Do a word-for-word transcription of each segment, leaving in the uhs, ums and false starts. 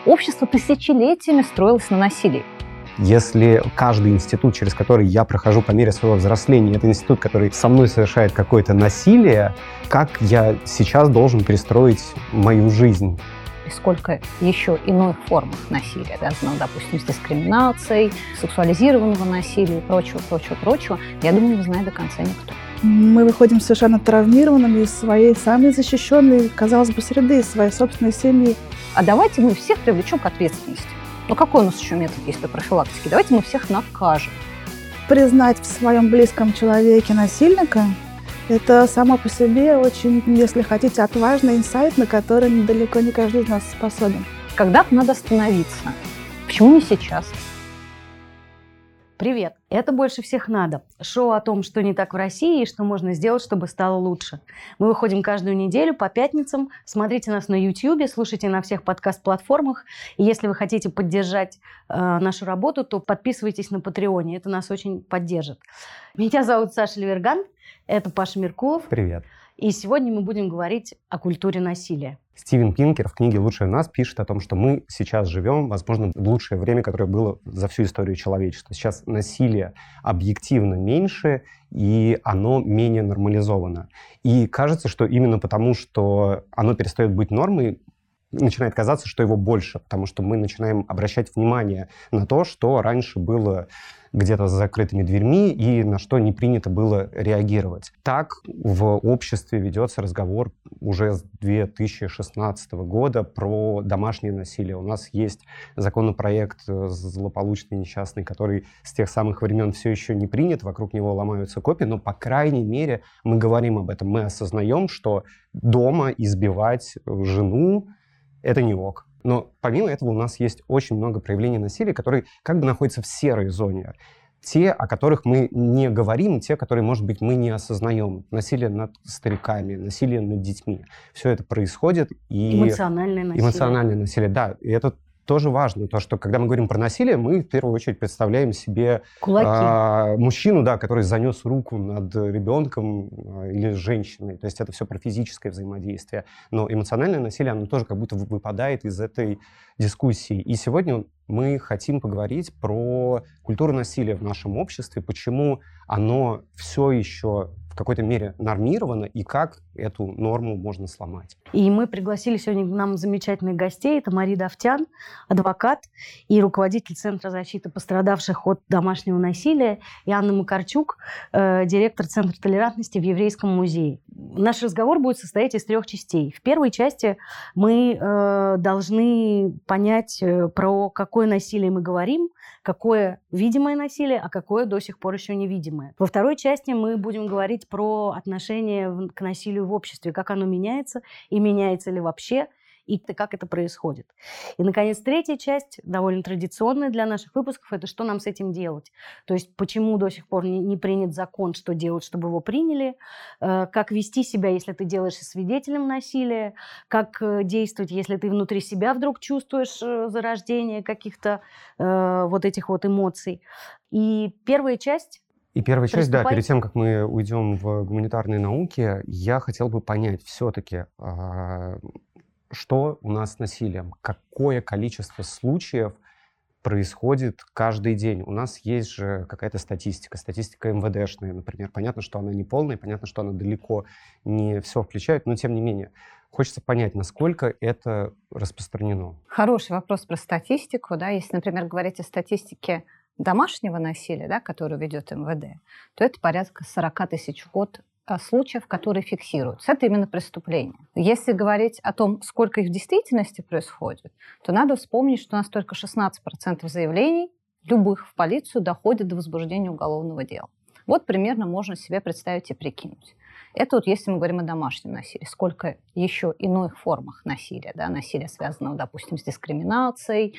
Общество тысячелетиями строилось на насилии. Если каждый институт, через который я прохожу по мере своего взросления, это институт, который со мной совершает какое-то насилие, как я сейчас должен перестроить мою жизнь? И сколько еще иных формах насилия, связанного, допустим, с дискриминацией, сексуализированного насилия и прочего, прочего, прочего, я думаю, не знает до конца никто. Мы выходим совершенно травмированными из своей самой защищенной, казалось бы, среды, из своей собственной семьи. А давайте мы всех привлечем к ответственности. Ну какой у нас еще метод есть для профилактики? Давайте мы всех накажем. Признать в своем близком человеке насильника – это само по себе очень, если хотите, отважный инсайт, на который далеко не каждый из нас способен. Когда-то надо остановиться. Почему не сейчас? Привет! Это «Больше всех надо» – шоу о том, что не так в России и что можно сделать, чтобы стало лучше. Мы выходим каждую неделю по пятницам. Смотрите нас на YouTube, слушайте на всех подкаст-платформах. И если вы хотите поддержать э, нашу работу, то подписывайтесь на Патреоне. Это нас очень поддержит. Меня зовут Саша Леверган. Это Паша Меркулов. Привет. И сегодня мы будем говорить о культуре насилия. Стивен Пинкер в книге «Лучшее в нас» пишет о том, что мы сейчас живем, возможно, в лучшее время, которое было за всю историю человечества. Сейчас насилие объективно меньше, и оно менее нормализовано. И кажется, что именно потому, что оно перестает быть нормой, начинает казаться, что его больше, потому что мы начинаем обращать внимание на то, что раньше было где-то за закрытыми дверьми и на что не принято было реагировать. Так в обществе ведется разговор уже с две тысячи шестнадцатого года про домашнее насилие. У нас есть законопроект злополучный, несчастный, который с тех самых времен все еще не принят, вокруг него ломаются копья, но, по крайней мере, мы говорим об этом. Мы осознаем, что дома избивать жену — это не ок. Но помимо этого у нас есть очень много проявлений насилия, которые как бы находятся в серой зоне. Те, о которых мы не говорим, те, которые, может быть, мы не осознаем. Насилие над стариками, насилие над детьми. Все это происходит. И эмоциональное насилие. Эмоциональное насилие, да. И это тоже важно, то, что когда мы говорим про насилие, мы в первую очередь представляем себе а, мужчину, да, который занес руку над ребенком а, или женщиной. То есть это все про физическое взаимодействие. Но эмоциональное насилие, оно тоже как будто выпадает из этой дискуссии. И сегодня мы хотим поговорить про культуру насилия в нашем обществе, почему оно все еще в какой-то мере нормировано и как эту норму можно сломать. И мы пригласили сегодня к нам замечательных гостей. Это Мария Давтян, адвокат и руководитель Центра защиты пострадавших от домашнего насилия, и Анна Макарчук, э, директор Центра толерантности в Еврейском музее. Наш разговор будет состоять из трех частей. В первой части мы э, должны понять, э, про какое насилие мы говорим, какое видимое насилие, а какое до сих пор еще невидимое. Во второй части мы будем говорить про отношение к насилию в обществе, как оно меняется и меняется ли вообще, и как это происходит. И, наконец, третья часть, довольно традиционная для наших выпусков, это что нам с этим делать. То есть почему до сих пор не, не принят закон, что делать, чтобы его приняли, э, как вести себя, если ты делаешься свидетелем насилия, как э, действовать, если ты внутри себя вдруг чувствуешь э, зарождение каких-то э, вот этих вот эмоций. И первая часть... И первая часть, да, перед тем, как мы уйдем в гуманитарные науки, я хотел бы понять все-таки, э, что у нас с насилием, какое количество случаев происходит каждый день. У нас есть же какая-то статистика, статистика эм вэ дэшная, например. Понятно, что она не полная, понятно, что она далеко не все включает, но тем не менее. Хочется понять, насколько это распространено. Хороший вопрос про статистику. Да? Если, например, говорить о статистике домашнего насилия, да, которую ведет эм вэ дэ, то это порядка сорок тысяч в год случаев, которые фиксируются. Это именно преступление. Если говорить о том, сколько их в действительности происходит, то надо вспомнить, что у нас только шестнадцать процентов заявлений любых в полицию доходят до возбуждения уголовного дела. Вот примерно можно себе представить и прикинуть. Это вот если мы говорим о домашнем насилии. Сколько еще иных формах насилия, да, насилия, связанного, допустим, с дискриминацией,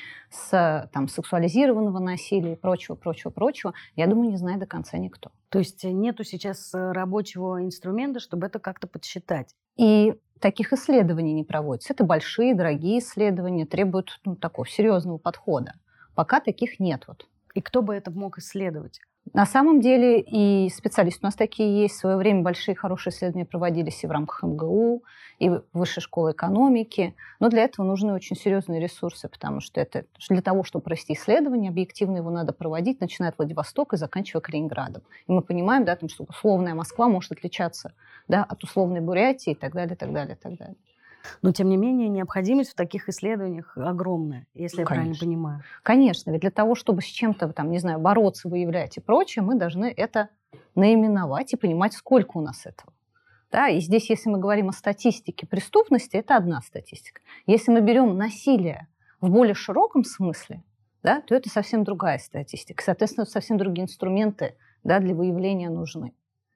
с там, сексуализированного насилия и прочего, прочего, прочего, я думаю, не знает до конца никто. То есть нету сейчас рабочего инструмента, чтобы это как-то подсчитать? И таких исследований не проводится. Это большие, дорогие исследования, требуют ну, такого серьезного подхода. Пока таких нет. Вот. И кто бы это мог исследовать? На самом деле и специалисты у нас такие есть. В свое время большие хорошие исследования проводились и в рамках эм гэ у, и в Высшей школы экономики. Но для этого нужны очень серьезные ресурсы, потому что это для того, чтобы провести исследование, объективно его надо проводить, начиная от Владивостока и заканчивая Калининградом. И мы понимаем, да, там, что условная Москва может отличаться, да, от условной Бурятии и так далее, и так далее, и так далее. Но, тем не менее, необходимость в таких исследованиях огромная, если я правильно Конечно. понимаю. Конечно, ведь для того, чтобы с чем-то, там, не знаю, бороться, выявлять и прочее, мы должны это наименовать и понимать, сколько у нас этого. Да? И здесь, если мы говорим о статистике преступности, это одна статистика. Если мы берем насилие в более широком смысле, да, то это совсем другая статистика. Соответственно, совсем другие инструменты, да, для выявления нужны.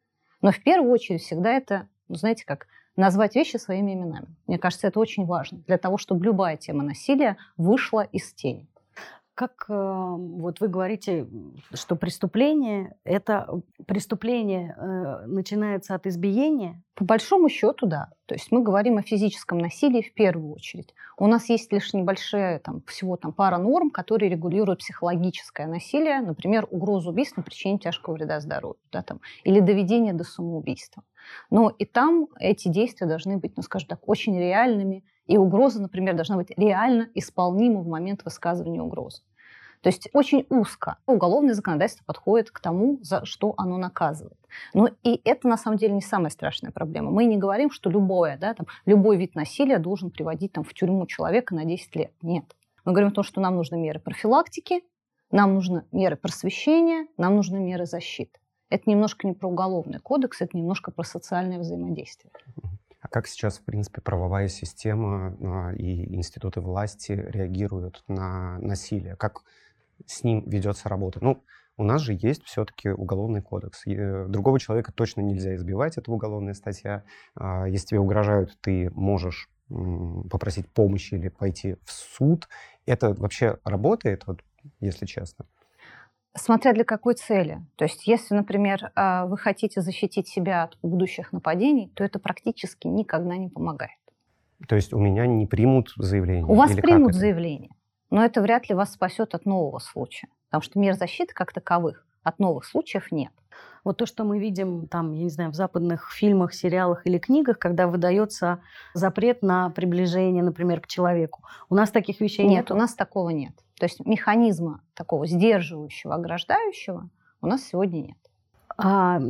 Но в первую очередь всегда это, ну, знаете, как назвать вещи своими именами. Мне кажется, это очень важно для того, чтобы любая тема насилия вышла из тени. Как э, вот вы говорите, что преступление, это преступление э, начинается от избиения? По большому счету, да. То есть мы говорим о физическом насилии в первую очередь. У нас есть лишь небольшая, там, всего там, пара норм, которые регулируют психологическое насилие, например, угрозу убийства, причинение тяжкого вреда здоровью, да, там, или доведение до самоубийства. Но и там эти действия должны быть, ну, скажем так, очень реальными, и угроза, например, должна быть реально исполнима в момент высказывания угрозы. То есть очень узко уголовное законодательство подходит к тому, за что оно наказывает. Но и это на самом деле не самая страшная проблема. Мы не говорим, что любое, да, там, любой вид насилия должен приводить там, в тюрьму человека на десять лет. Нет. Мы говорим о том, что нам нужны меры профилактики, нам нужны меры просвещения, нам нужны меры защиты. Это немножко не про уголовный кодекс, это немножко про социальное взаимодействие. А как сейчас, в принципе, правовая система и институты власти реагируют на насилие? Как с ним ведется работа? Ну, у нас же есть все-таки уголовный кодекс. Другого человека точно нельзя избивать, это уголовная статья. Если тебе угрожают, ты можешь попросить помощи или пойти в суд. Это вообще работает, вот, если честно? Смотря для какой цели. То есть, если, например, вы хотите защитить себя от будущих нападений, то это практически никогда не помогает. То есть у меня не примут заявление? У вас или примут заявление, но это вряд ли вас спасет от нового случая. Потому что мер защиты как таковых от новых случаев нет. Вот то, что мы видим там, я не знаю, в западных фильмах, сериалах или книгах, когда выдается запрет на приближение, например, к человеку. У нас таких вещей нет? Нет, у нас такого нет. То есть механизма такого сдерживающего, ограждающего у нас сегодня нет. А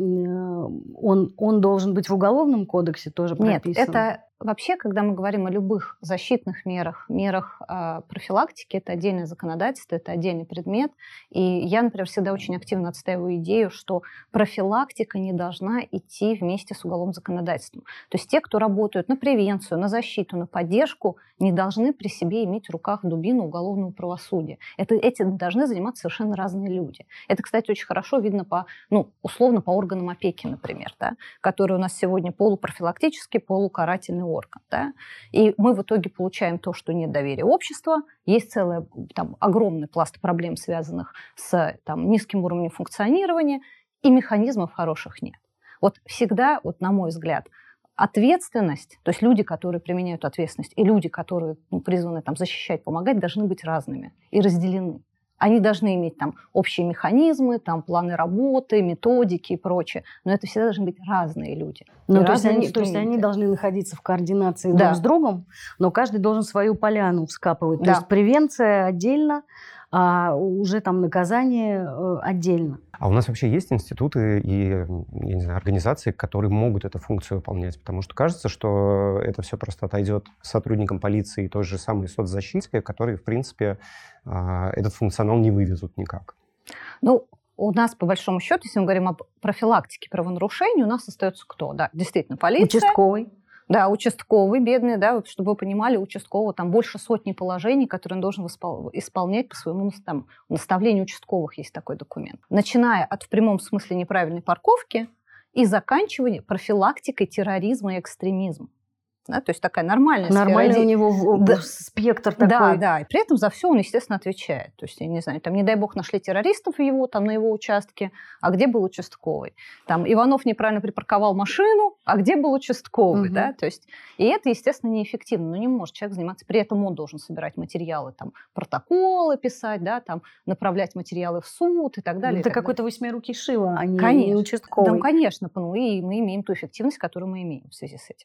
он, он должен быть в Уголовном кодексе тоже прописан? Нет, это вообще, когда мы говорим о любых защитных мерах, мерах э, профилактики, это отдельное законодательство, это отдельный предмет. И я, например, всегда очень активно отстаиваю идею, что профилактика не должна идти вместе с уголовным законодательством. То есть те, кто работают на превенцию, на защиту, на поддержку, не должны при себе иметь в руках дубину уголовного правосудия. Это, этим должны заниматься совершенно разные люди. Это, кстати, очень хорошо видно по, ну, условно по органам опеки, например, да, которые у нас сегодня полупрофилактический, полукарательный орган. Да? И мы в итоге получаем то, что нет доверия общества, есть целый там, огромный пласт проблем, связанных с там, низким уровнем функционирования, и механизмов хороших нет. Вот всегда, вот, на мой взгляд, ответственность, то есть люди, которые применяют ответственность, и люди, которые ну, призваны там, защищать, помогать, должны быть разными и разделены. Они должны иметь там, общие механизмы, там, планы работы, методики и прочее. Но это всегда должны быть разные люди. Ну, то, есть они, то есть они должны находиться в координации да. друг с другом, но каждый должен свою поляну вскапывать. Да. То есть превенция отдельно, а уже там наказание отдельно. А у нас вообще есть институты и, я не знаю, организации, которые могут эту функцию выполнять? Потому что кажется, что это все просто отойдет сотрудникам полиции и той же самой соцзащите, которые, в принципе, этот функционал не вывезут никак. Ну, у нас, по большому счету, если мы говорим об профилактике правонарушений, у нас остается кто? Да, действительно, полиция. Участковый. Да, участковый, бедный, да, чтобы вы понимали, у участкового там больше сотни положений, которые он должен исполнять по своему там, наставлению участковых, есть такой документ. Начиная от в прямом смысле неправильной парковки и заканчивая профилактикой терроризма и экстремизма. Да, то есть такая нормальная Нормальный сфера. у него да. спектр такой. Да, да, и при этом за все он, естественно, отвечает. То есть, я не знаю, там, не дай бог, нашли террористов его, там, на его участке, а где был участковый? Там, Иванов неправильно припарковал машину, а где был участковый? Угу. Да? То есть, и это, естественно, неэффективно. Но не может человек заниматься, при этом он должен собирать материалы, там, протоколы писать, да, там, направлять материалы в суд и так далее. Это какой-то восьмирукий Шива, а не, конечно. не участковый. Да, конечно, ну, и мы имеем ту эффективность, которую мы имеем в связи с этим.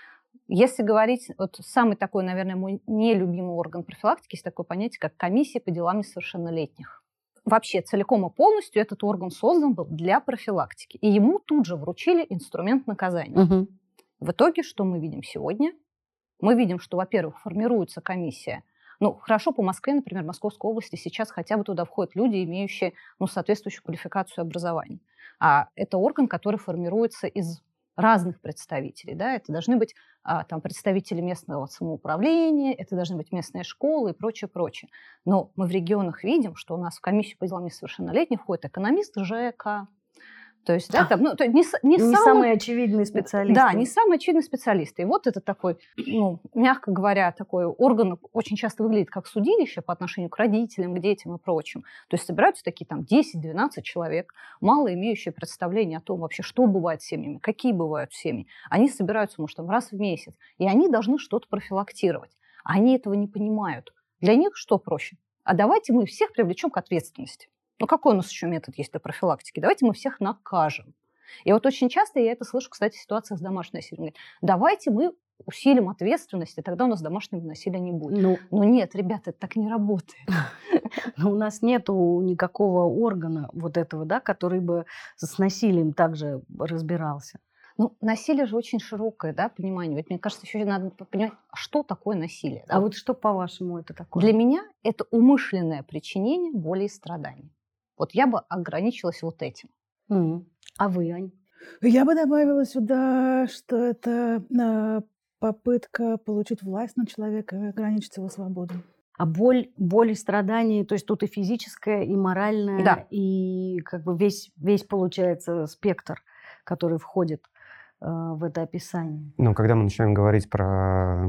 Если говорить, вот самый такой, наверное, мой нелюбимый орган профилактики, есть такое понятие, как комиссия по делам несовершеннолетних. Вообще целиком и полностью этот орган создан был для профилактики. И ему тут же вручили инструмент наказания. Угу. В итоге, что мы видим сегодня? Мы видим, что, во-первых, формируется комиссия. Ну, хорошо, по Москве, например, Московской области сейчас хотя бы туда входят люди, имеющие ну, соответствующую квалификацию и образование. А это орган, который формируется из разных представителей. Да? Это должны быть а, там, представители местного самоуправления, это должны быть местные школы и прочее, прочее. Но мы в регионах видим, что у нас в комиссию по делам несовершеннолетних входит экономист ЖЭКа. То есть, да, там, ну, то не, не, не самый, самые очевидные специалисты. Да, не самые очевидные специалисты. И вот это такой, ну, мягко говоря, такой орган очень часто выглядит как судилище по отношению к родителям, к детям и прочим. То есть собираются такие там десять-двенадцать человек, мало имеющие представление о том вообще, что бывает с семьями, какие бывают семьи. Они собираются, может, там раз в месяц, и они должны что-то профилактировать. А они этого не понимают. Для них что проще? А давайте мы всех привлечем к ответственности. Ну, какой у нас еще метод есть для профилактики? Давайте мы всех накажем. И вот очень часто я это слышу, кстати, в ситуациях с домашним насилием. Давайте мы усилим ответственность, и тогда у нас домашнего насилия не будет. Ну, Но нет, ребята, это так не работает. Но у нас нету никакого органа вот этого, да, который бы с насилием также разбирался. Ну, насилие же очень широкое, да, понимание. Ведь мне кажется, еще надо понимать, что такое насилие. А да? Вот что, по-вашему, это такое? Для меня это умышленное причинение боли и страданий. Вот я бы ограничилась вот этим. Mm. А вы, Ань? Я бы добавила сюда, что это э, попытка получить власть над человеком и ограничить его свободу. А боль, боль и страдания, то есть тут и физическое, и моральное, да. И как бы весь, весь, получается, спектр, который входит э, в это описание. Ну, когда мы начинаем говорить про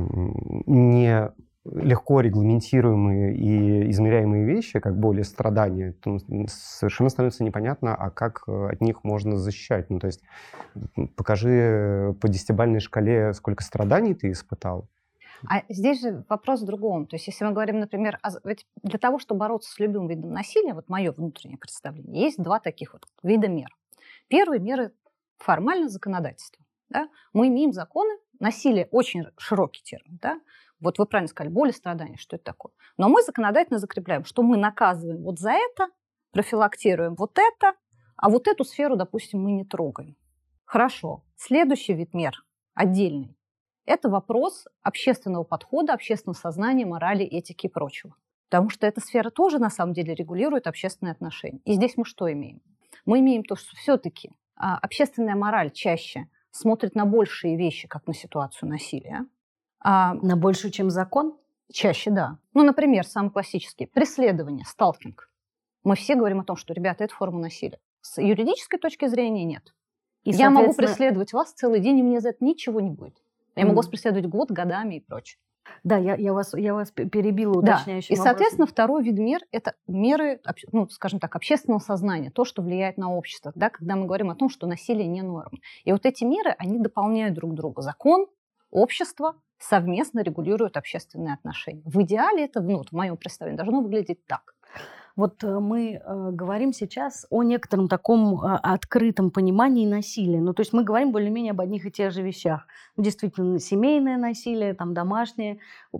не легко регламентируемые и измеряемые вещи, как боль и страдания, то совершенно становится непонятно, а как от них можно защищать. Ну, то есть покажи по десятибалльной шкале, сколько страданий ты испытал. А здесь же вопрос в другом. То есть если мы говорим, например, ведь для того, чтобы бороться с любым видом насилия, вот мое внутреннее представление, есть два таких вот вида мер. Первый меры формально законодательство. Да? Мы имеем законы, насилие очень широкий термин, да? Вот вы правильно сказали, боль и страдания, что это такое. Но мы законодательно закрепляем, что мы наказываем вот за это, профилактируем вот это, а вот эту сферу, допустим, мы не трогаем. Хорошо. Следующий вид мер, отдельный, это вопрос общественного подхода, общественного сознания, морали, этики и прочего. Потому что эта сфера тоже, на самом деле, регулирует общественные отношения. И здесь мы что имеем? Мы имеем то, что все-таки общественная мораль чаще смотрит на большие вещи, как на ситуацию насилия. А, на большую, чем закон? Чаще, да. Ну, например, самый классический. Преследование, сталкинг. Мы все говорим о том, что, ребята, это форма насилия. С юридической точки зрения нет. И, я могу преследовать вас целый день, и мне за это ничего не будет. Я mm. могу вас преследовать год, годами и прочее. Да, я, я, вас, я вас перебила уточняющим да. И, соответственно, вопросом. Второй вид мер – это меры, ну, скажем так, общественного сознания, то, что влияет на общество, да, когда мы говорим о том, что насилие не норма. И вот эти меры, они дополняют друг друга. Закон, общество совместно регулируют общественные отношения. В идеале это, ну, в моем представлении, должно выглядеть так. Вот мы э, говорим сейчас о некотором таком э, открытом понимании насилия. Ну, то есть мы говорим более-менее об одних и тех же вещах. Действительно, семейное насилие, там, домашнее,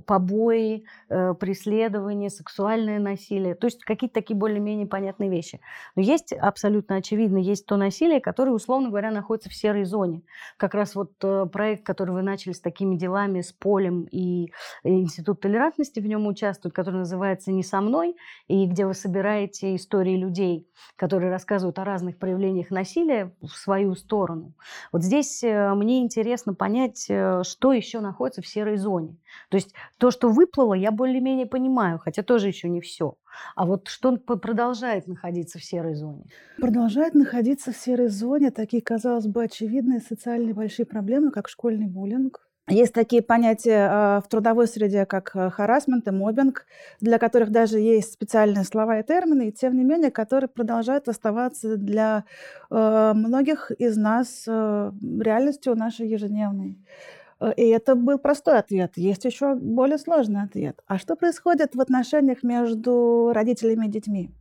побои, э, преследование, сексуальное насилие. То есть какие-то такие более-менее понятные вещи. Но есть абсолютно очевидно, есть то насилие, которое, условно говоря, находится в серой зоне. Как раз вот э, проект, который вы начали с такими делами, с Полем и Институт толерантности в нем участвует, который называется «Не со мной», и где вы собираете истории людей, которые рассказывают о разных проявлениях насилия в свою сторону. Вот здесь мне интересно понять, что еще находится в серой зоне. То есть то, что выплыло, я более-менее понимаю, хотя тоже еще не все. А вот что продолжает находиться в серой зоне? Продолжает находиться в серой зоне такие, казалось бы, очевидные социальные большие проблемы, как школьный буллинг. Есть такие понятия в трудовой среде, как харассмент и моббинг, для которых даже есть специальные слова и термины, и тем не менее, которые продолжают оставаться для многих из нас реальностью нашей ежедневной. И это был простой ответ. Есть еще более сложный ответ. А что происходит в отношениях между родителями и детьми?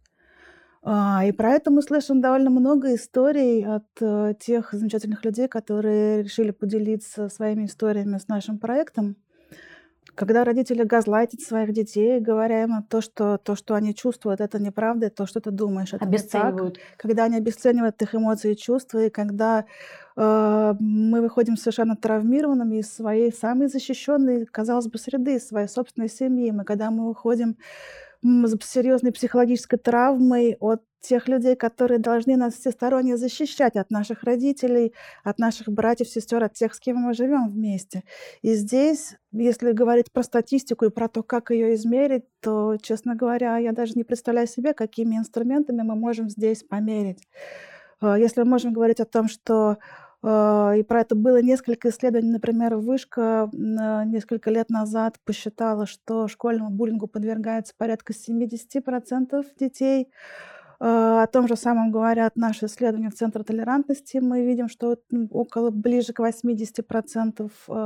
И про это мы слышим довольно много историй от э, тех замечательных людей, которые решили поделиться своими историями с нашим проектом. Когда родители газлайтят своих детей, говоря им то, что, то, что они чувствуют, это неправда, то, что ты думаешь, это не так. Обесценивают. Когда они обесценивают их эмоции и чувства, и когда э, мы выходим совершенно травмированными из своей самой защищенной, казалось бы, среды, из своей собственной семьи, мы, когда мы уходим с серьезной психологической травмой от тех людей, которые должны нас всесторонне защищать от наших родителей, от наших братьев, сестер, от тех, с кем мы живем вместе. И здесь, если говорить про статистику и про то, как ее измерить, то, честно говоря, я даже не представляю себе, какими инструментами мы можем здесь померить. Если мы можем говорить о том, что и про это было несколько исследований. Например, Вышка несколько лет назад посчитала, что школьному буллингу подвергается порядка семьдесят процентов детей. О том же самом говорят наши исследования в Центре толерантности. Мы видим, что около ближе к восемьдесят процентов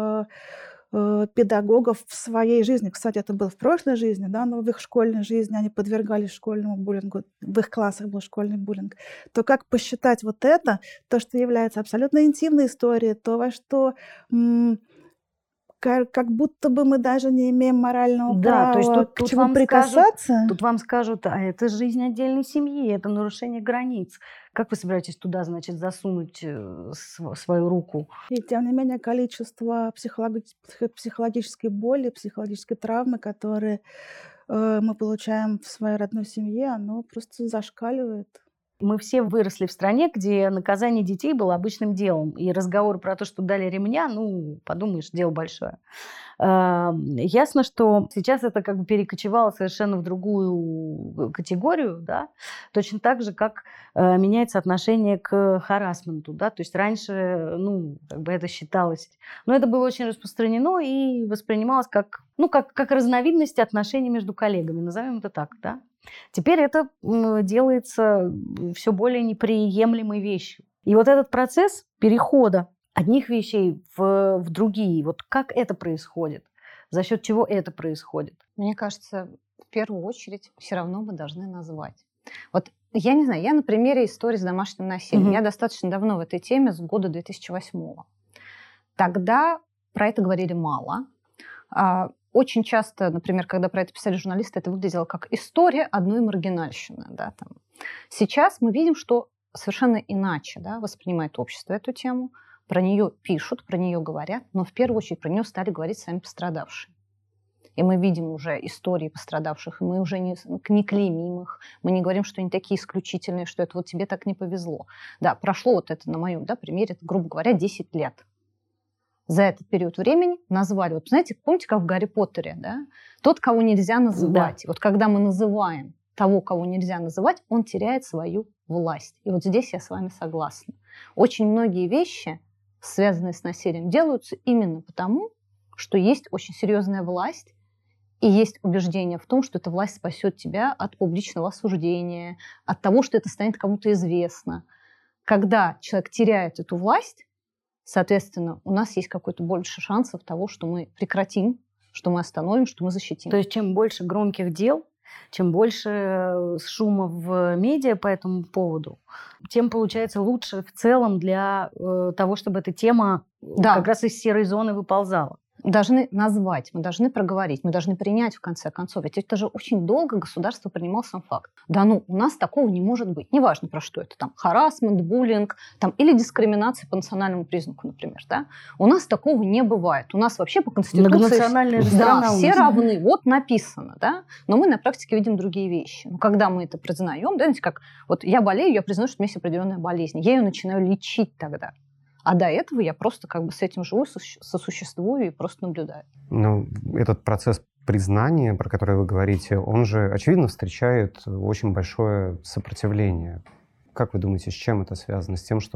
педагогов в своей жизни, кстати, это было в прошлой жизни, да, но в их школьной жизни они подвергались школьному буллингу, в их классах был школьный буллинг, то как посчитать вот это, то, что является абсолютно интимной историей, то, во что м- как, как будто бы мы даже не имеем морального Да, права то есть тут, к тут чему вам прикасаться. Скажут, тут вам скажут, а это жизнь отдельной семьи, это нарушение границ. Как вы собираетесь туда, значит, засунуть э, свою руку? И тем не менее количество психологи- психологической боли, психологической травмы, которые э, мы получаем в своей родной семье, оно просто зашкаливает. Мы все выросли в стране, где наказание детей было обычным делом. И разговор про то, что дали ремня, ну, подумаешь, дело большое. Ясно, что сейчас это как бы перекочевало совершенно в другую категорию, да? Точно так же, как меняется отношение к харассменту. Да? То есть раньше, ну, как бы это считалось... Но это было очень распространено и воспринималось как, ну, как, как разновидность отношений между коллегами, назовем это так, да? Теперь это делается все более неприемлемой вещью. И вот этот процесс перехода одних вещей в, в другие, вот как это происходит? За счет чего это происходит? Мне кажется, в первую очередь все равно мы должны назвать. Вот я не знаю, я на примере истории с домашним насилием. Mm-hmm. Я достаточно давно в этой теме, с года две тысячи восьмого. Тогда про это говорили мало. Очень часто, например, когда про это писали журналисты, это выглядело как история одной маргинальщины. Да, там. Сейчас мы видим, что совершенно иначе, да, воспринимает общество эту тему, про нее пишут, про нее говорят, но в первую очередь про нее стали говорить сами пострадавшие. И мы видим уже истории пострадавших, и мы уже не, не клеймим их, мы не говорим, что они такие исключительные, что это вот тебе так не повезло. Да, прошло вот это на моем, да, примере, это, грубо говоря, десять лет. За этот период времени назвали. Вот знаете, помните, как в Гарри Поттере, да? Тот, кого нельзя называть. Да. Вот когда мы называем того, кого нельзя называть, он теряет свою власть. И вот здесь я с вами согласна. Очень многие вещи, связанные с насилием, делаются именно потому, что есть очень серьезная власть, и есть убеждение в том, что эта власть спасет тебя от публичного осуждения, от того, что это станет кому-то известно. Когда человек теряет эту власть, соответственно, у нас есть какой-то больше шансов того, что мы прекратим, что мы остановим, что мы защитим. То есть чем больше громких дел, чем больше шума в медиа по этому поводу, тем получается лучше в целом для э, того, чтобы эта тема да. как раз из серой зоны выползала. Должны назвать, мы должны проговорить, мы должны принять в конце концов. Ведь это же очень долго государство принимало сам факт. Да ну, у нас такого не может быть. Неважно, про что это. Там харассмент, буллинг там, или дискриминация по национальному признаку, например. Да? У нас такого не бывает. У нас вообще по Конституции... Многонациональная страна. Да, все равны. Вот написано. Да? Но мы на практике видим другие вещи. Но когда мы это признаем, да, знаете, как вот я болею, я признаю, что у меня есть определенная болезнь. Я ее начинаю лечить тогда. А до этого я просто как бы с этим живу, сосуществую и просто наблюдаю. Ну, этот процесс признания, про который вы говорите, он же, очевидно, встречает очень большое сопротивление. Как вы думаете, с чем это связано? С тем, что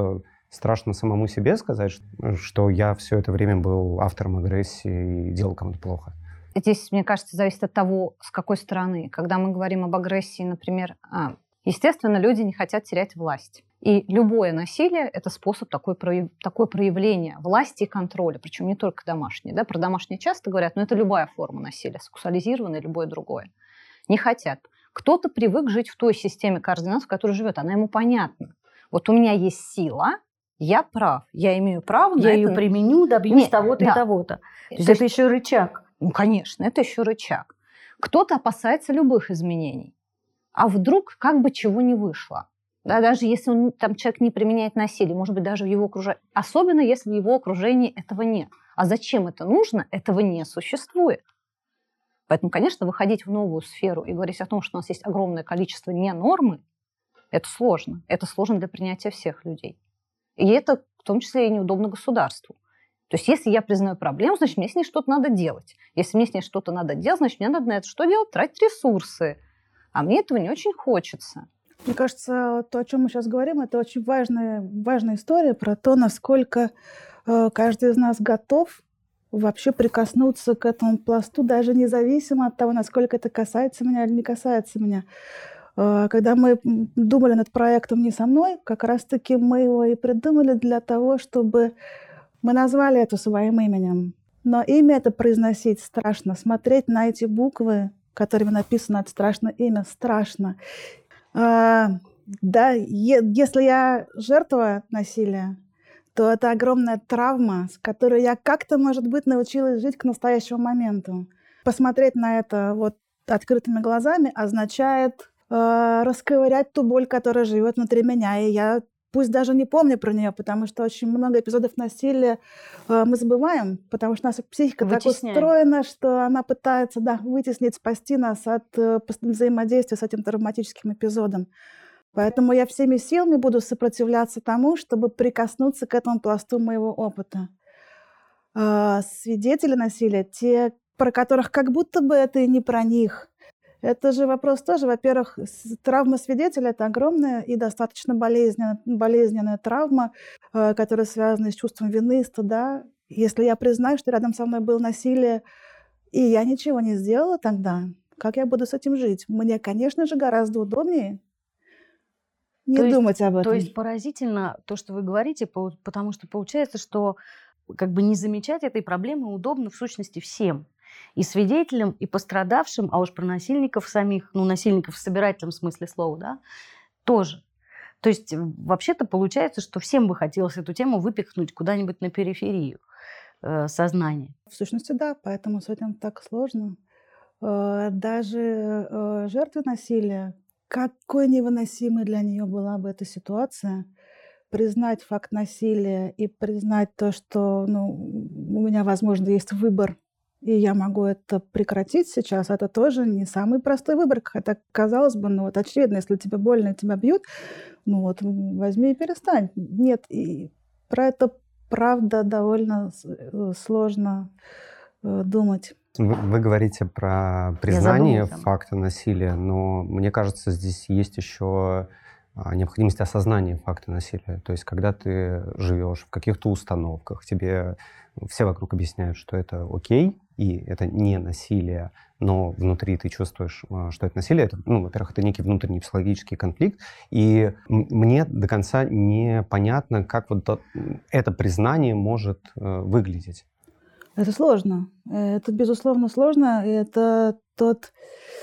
Страшно самому себе сказать, что я все это время был автором агрессии и делал кому-то плохо. Здесь, мне кажется, зависит от того, с какой стороны. Когда мы говорим об агрессии, например, а, естественно, люди не хотят терять власть. И любое насилие – это способ такой, такое проявления власти и контроля, причем не только домашнее. Да? Про домашнее часто говорят, но это любая форма насилия, сексуализированное, любое другое. Не хотят. Кто-то привык жить в той системе координат, в которой живет, она ему понятна. Вот у меня есть сила, я прав, я имею право на я это. Я ее применю, добьюсь того-то да. и того-то. То есть То это есть... еще рычаг. Ну, конечно, это еще рычаг. Кто-то опасается любых изменений. А вдруг как бы чего не вышло? Да, даже если он, там, человек не применяет насилие, может быть, даже в его окружении. Особенно, если в его окружении этого нет. А зачем это нужно? Этого не существует. Поэтому, конечно, выходить в новую сферу и говорить о том, что у нас есть огромное количество ненормы, это сложно. Это сложно для принятия всех людей. И это в том числе и неудобно государству. То есть если я признаю проблему, значит, мне с ней что-то надо делать. Если мне с ней что-то надо делать, значит, мне надо на это что делать? Тратить ресурсы. А мне этого не очень хочется. Мне кажется, то, о чем мы сейчас говорим, это очень важная, важная история про то, насколько э, каждый из нас готов вообще прикоснуться к этому пласту, даже независимо от того, насколько это касается меня или не касается меня. Э, когда мы думали над проектом «Не со мной», как раз-таки мы его и придумали для того, чтобы мы назвали это своим именем. Но имя это произносить страшно. Смотреть на эти буквы, которыми написано это страшное имя, страшно. А, да, е- если я жертва насилия, то это огромная травма, с которой я как-то, может быть, научилась жить к настоящему моменту. Посмотреть на это вот открытыми глазами означает э, расковырять ту боль, которая живет внутри меня. И я пусть даже не помню про нее, потому что очень много эпизодов насилия э, мы забываем, потому что наша психика так устроена, что она пытается да, вытеснить, спасти нас от э, взаимодействия с этим травматическим эпизодом. Поэтому я всеми силами буду сопротивляться тому, чтобы прикоснуться к этому пласту моего опыта. Э, свидетели насилия, те, про которых как будто бы это и не про них. Это же вопрос тоже, во-первых, травма свидетеля – это огромная и достаточно болезненная, болезненная травма, э, которая связана с чувством вины, стыда. Если я признаю, что рядом со мной было насилие, и я ничего не сделала тогда, как я буду с этим жить? Мне, конечно же, гораздо удобнее не то думать есть, об этом. То есть поразительно то, что вы говорите, потому что получается, что как бы не замечать этой проблемы удобно в сущности всем. И свидетелям, и пострадавшим, а уж про насильников самих, ну, насильников в собирательном смысле слова, да, тоже. То есть вообще-то получается, что всем бы хотелось эту тему выпихнуть куда-нибудь на периферию э, сознания. В сущности, да, поэтому с этим так сложно. Э, даже э, жертвы насилия, какой невыносимой для нее была бы эта ситуация, признать факт насилия и признать то, что ну, у меня, возможно, есть выбор, и я могу это прекратить сейчас, это тоже не самый простой выбор. Хотя, казалось бы, ну вот очевидно, если тебе больно и тебя бьют, ну вот возьми и перестань. Нет, и про это, правда, довольно сложно э, думать. Вы, вы говорите про признание факта насилия, но мне кажется, здесь есть еще необходимость осознания факта насилия. То есть, когда ты живешь в каких-то установках, тебе все вокруг объясняют, что это окей, и это не насилие, но внутри ты чувствуешь, что это насилие. Это, ну, во-первых, это некий внутренний психологический конфликт. И мне до конца непонятно, как вот это признание может выглядеть. Это сложно. Это, безусловно, сложно. И это тот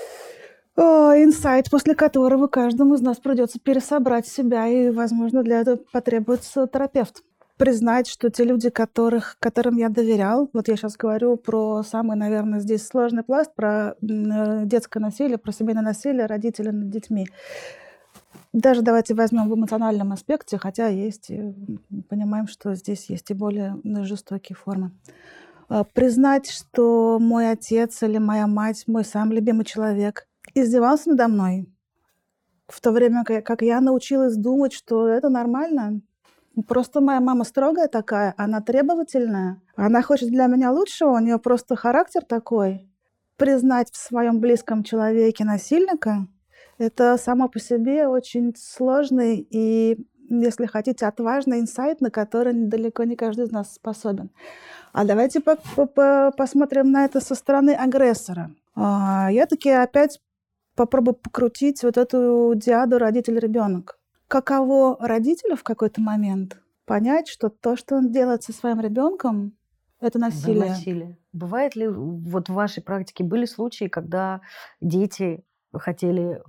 инсайт, после которого каждому из нас придется пересобрать себя. И, возможно, для этого потребуется терапевт. Признать, что те люди, которых, которым я доверял, вот я сейчас говорю про самый, наверное, здесь сложный пласт, про детское насилие, про семейное насилие родителей над детьми. Даже давайте возьмем в эмоциональном аспекте, хотя есть, понимаем, что здесь есть и более жестокие формы. Признать, что мой отец или моя мать, мой самый любимый человек, издевался надо мной, в то время как я научилась думать, что это нормально. Просто моя мама строгая такая, она требовательная, она хочет для меня лучшего, у нее просто характер такой. Признать в своем близком человеке насильника – это само по себе очень сложный и если хотите, отважный инсайт, на который далеко не каждый из нас способен. А давайте по -по посмотрим на это со стороны агрессора. А, я таки опять попробую покрутить вот эту диаду родитель-ребенок. Каково родителю в какой-то момент понять, что то, что он делает со своим ребенком, это насилие? Да, насилие. Бывает ли, вот в вашей практике были случаи, когда дети хотели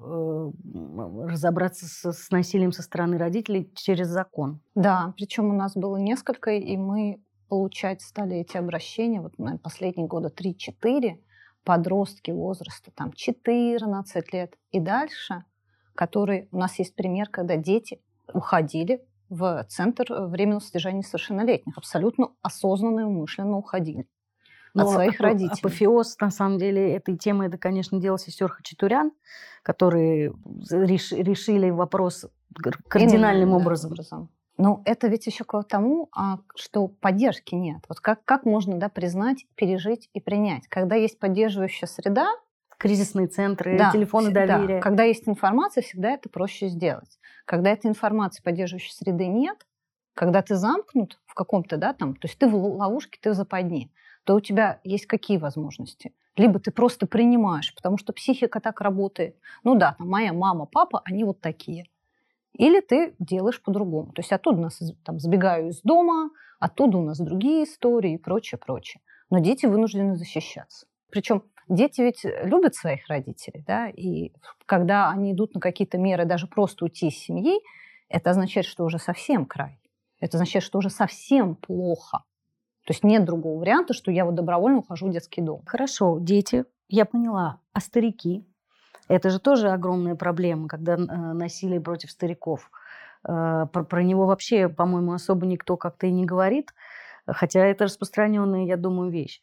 э, разобраться с, с насилием со стороны родителей через закон? Да, причем у нас было несколько, и мы получать стали эти обращения, вот, наверное, последние года три-четыре, подростки возраста там четырнадцать лет и дальше, которые... У нас есть пример, когда дети уходили в центр временного содержания несовершеннолетних, абсолютно осознанно и умышленно уходили от Но своих родителей. Апофеоз, на самом деле, этой темы, это, конечно, дело сестер Хачатурян, которые реш, решили вопрос кардинальным Именно, образом. Да, образом. Но это ведь еще к тому, что поддержки нет. Вот как, как можно, да, признать, пережить и принять? Когда есть поддерживающая среда, кризисные центры, да, телефоны доверия. Да, когда есть информация, всегда это проще сделать. Когда этой информации, поддерживающей среды нет, когда ты замкнут в каком-то, да, там, то есть ты в ловушке, ты в западне, то у тебя есть какие возможности? Либо ты просто принимаешь, потому что психика так работает. Ну да, там, моя мама, папа, они вот такие. Или ты делаешь по-другому. То есть оттуда у нас там, сбегаю из дома, оттуда у нас другие истории и прочее, прочее. Но дети вынуждены защищаться. Причем дети ведь любят своих родителей, да, и когда они идут на какие-то меры, даже просто уйти из семьи, это означает, что уже совсем край. Это означает, что уже совсем плохо. То есть нет другого варианта, что я вот добровольно ухожу в детский дом. Хорошо, дети, я поняла. А старики? Это же тоже огромная проблема, когда э, насилие против стариков. Э, про, про него вообще, по-моему, особо никто как-то и не говорит, хотя это распространенная, я думаю, вещь.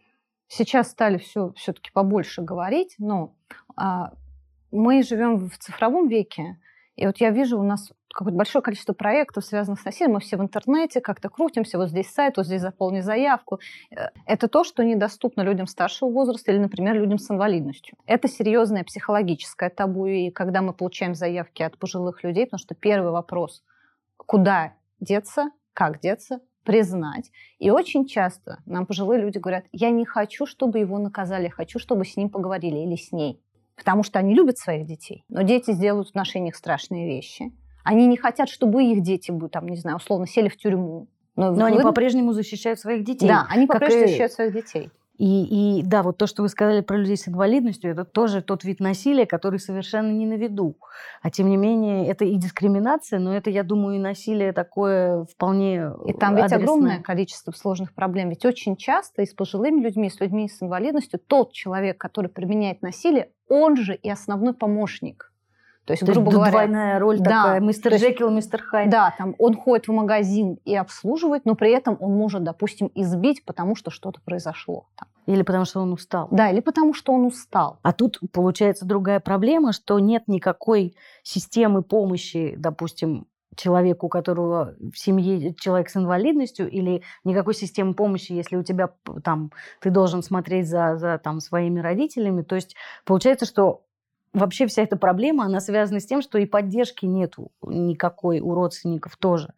Сейчас стали все, все-таки побольше говорить, но а, мы живем в цифровом веке, и вот я вижу, у нас какое-то большое количество проектов, связанных с насилием, мы все в интернете как-то крутимся, вот здесь сайт, вот здесь заполни заявку. Это то, что недоступно людям старшего возраста или, например, людям с инвалидностью. Это серьезное психологическое табу, и когда мы получаем заявки от пожилых людей, потому что первый вопрос – куда деться, как деться, признать. И очень часто нам пожилые люди говорят: я не хочу, чтобы его наказали, я хочу, чтобы с ним поговорили или с ней. Потому что они любят своих детей, но дети сделают в отношениях страшные вещи. Они не хотят, чтобы их дети, там, не знаю, условно, сели в тюрьму. Но, но вы... они по-прежнему защищают своих детей. Да, они по-прежнему и... защищают своих детей. И, и да, вот то, что вы сказали про людей с инвалидностью, это тоже тот вид насилия, который совершенно не на виду. А тем не менее, это и дискриминация, но это, я думаю, и насилие такое вполне И там ведь адресное. Огромное количество сложных проблем. Ведь очень часто и с пожилыми людьми, и с людьми с инвалидностью тот человек, который применяет насилие, он же и основной помощник. То есть, То грубо есть говоря, двойная роль да, такая, мистер Джекил, мистер Хайд. Да, там он ходит в магазин и обслуживает, но при этом он может, допустим, избить, потому что что-то произошло. Там. Или потому что он устал. Да, или потому что он устал. А тут получается другая проблема, что нет никакой системы помощи, допустим, человеку, у которого в семье человек с инвалидностью, или никакой системы помощи, если у тебя там, ты должен смотреть за, за там, своими родителями. То есть получается, что вообще вся эта проблема, она связана с тем, что и поддержки нету никакой у родственников тоже.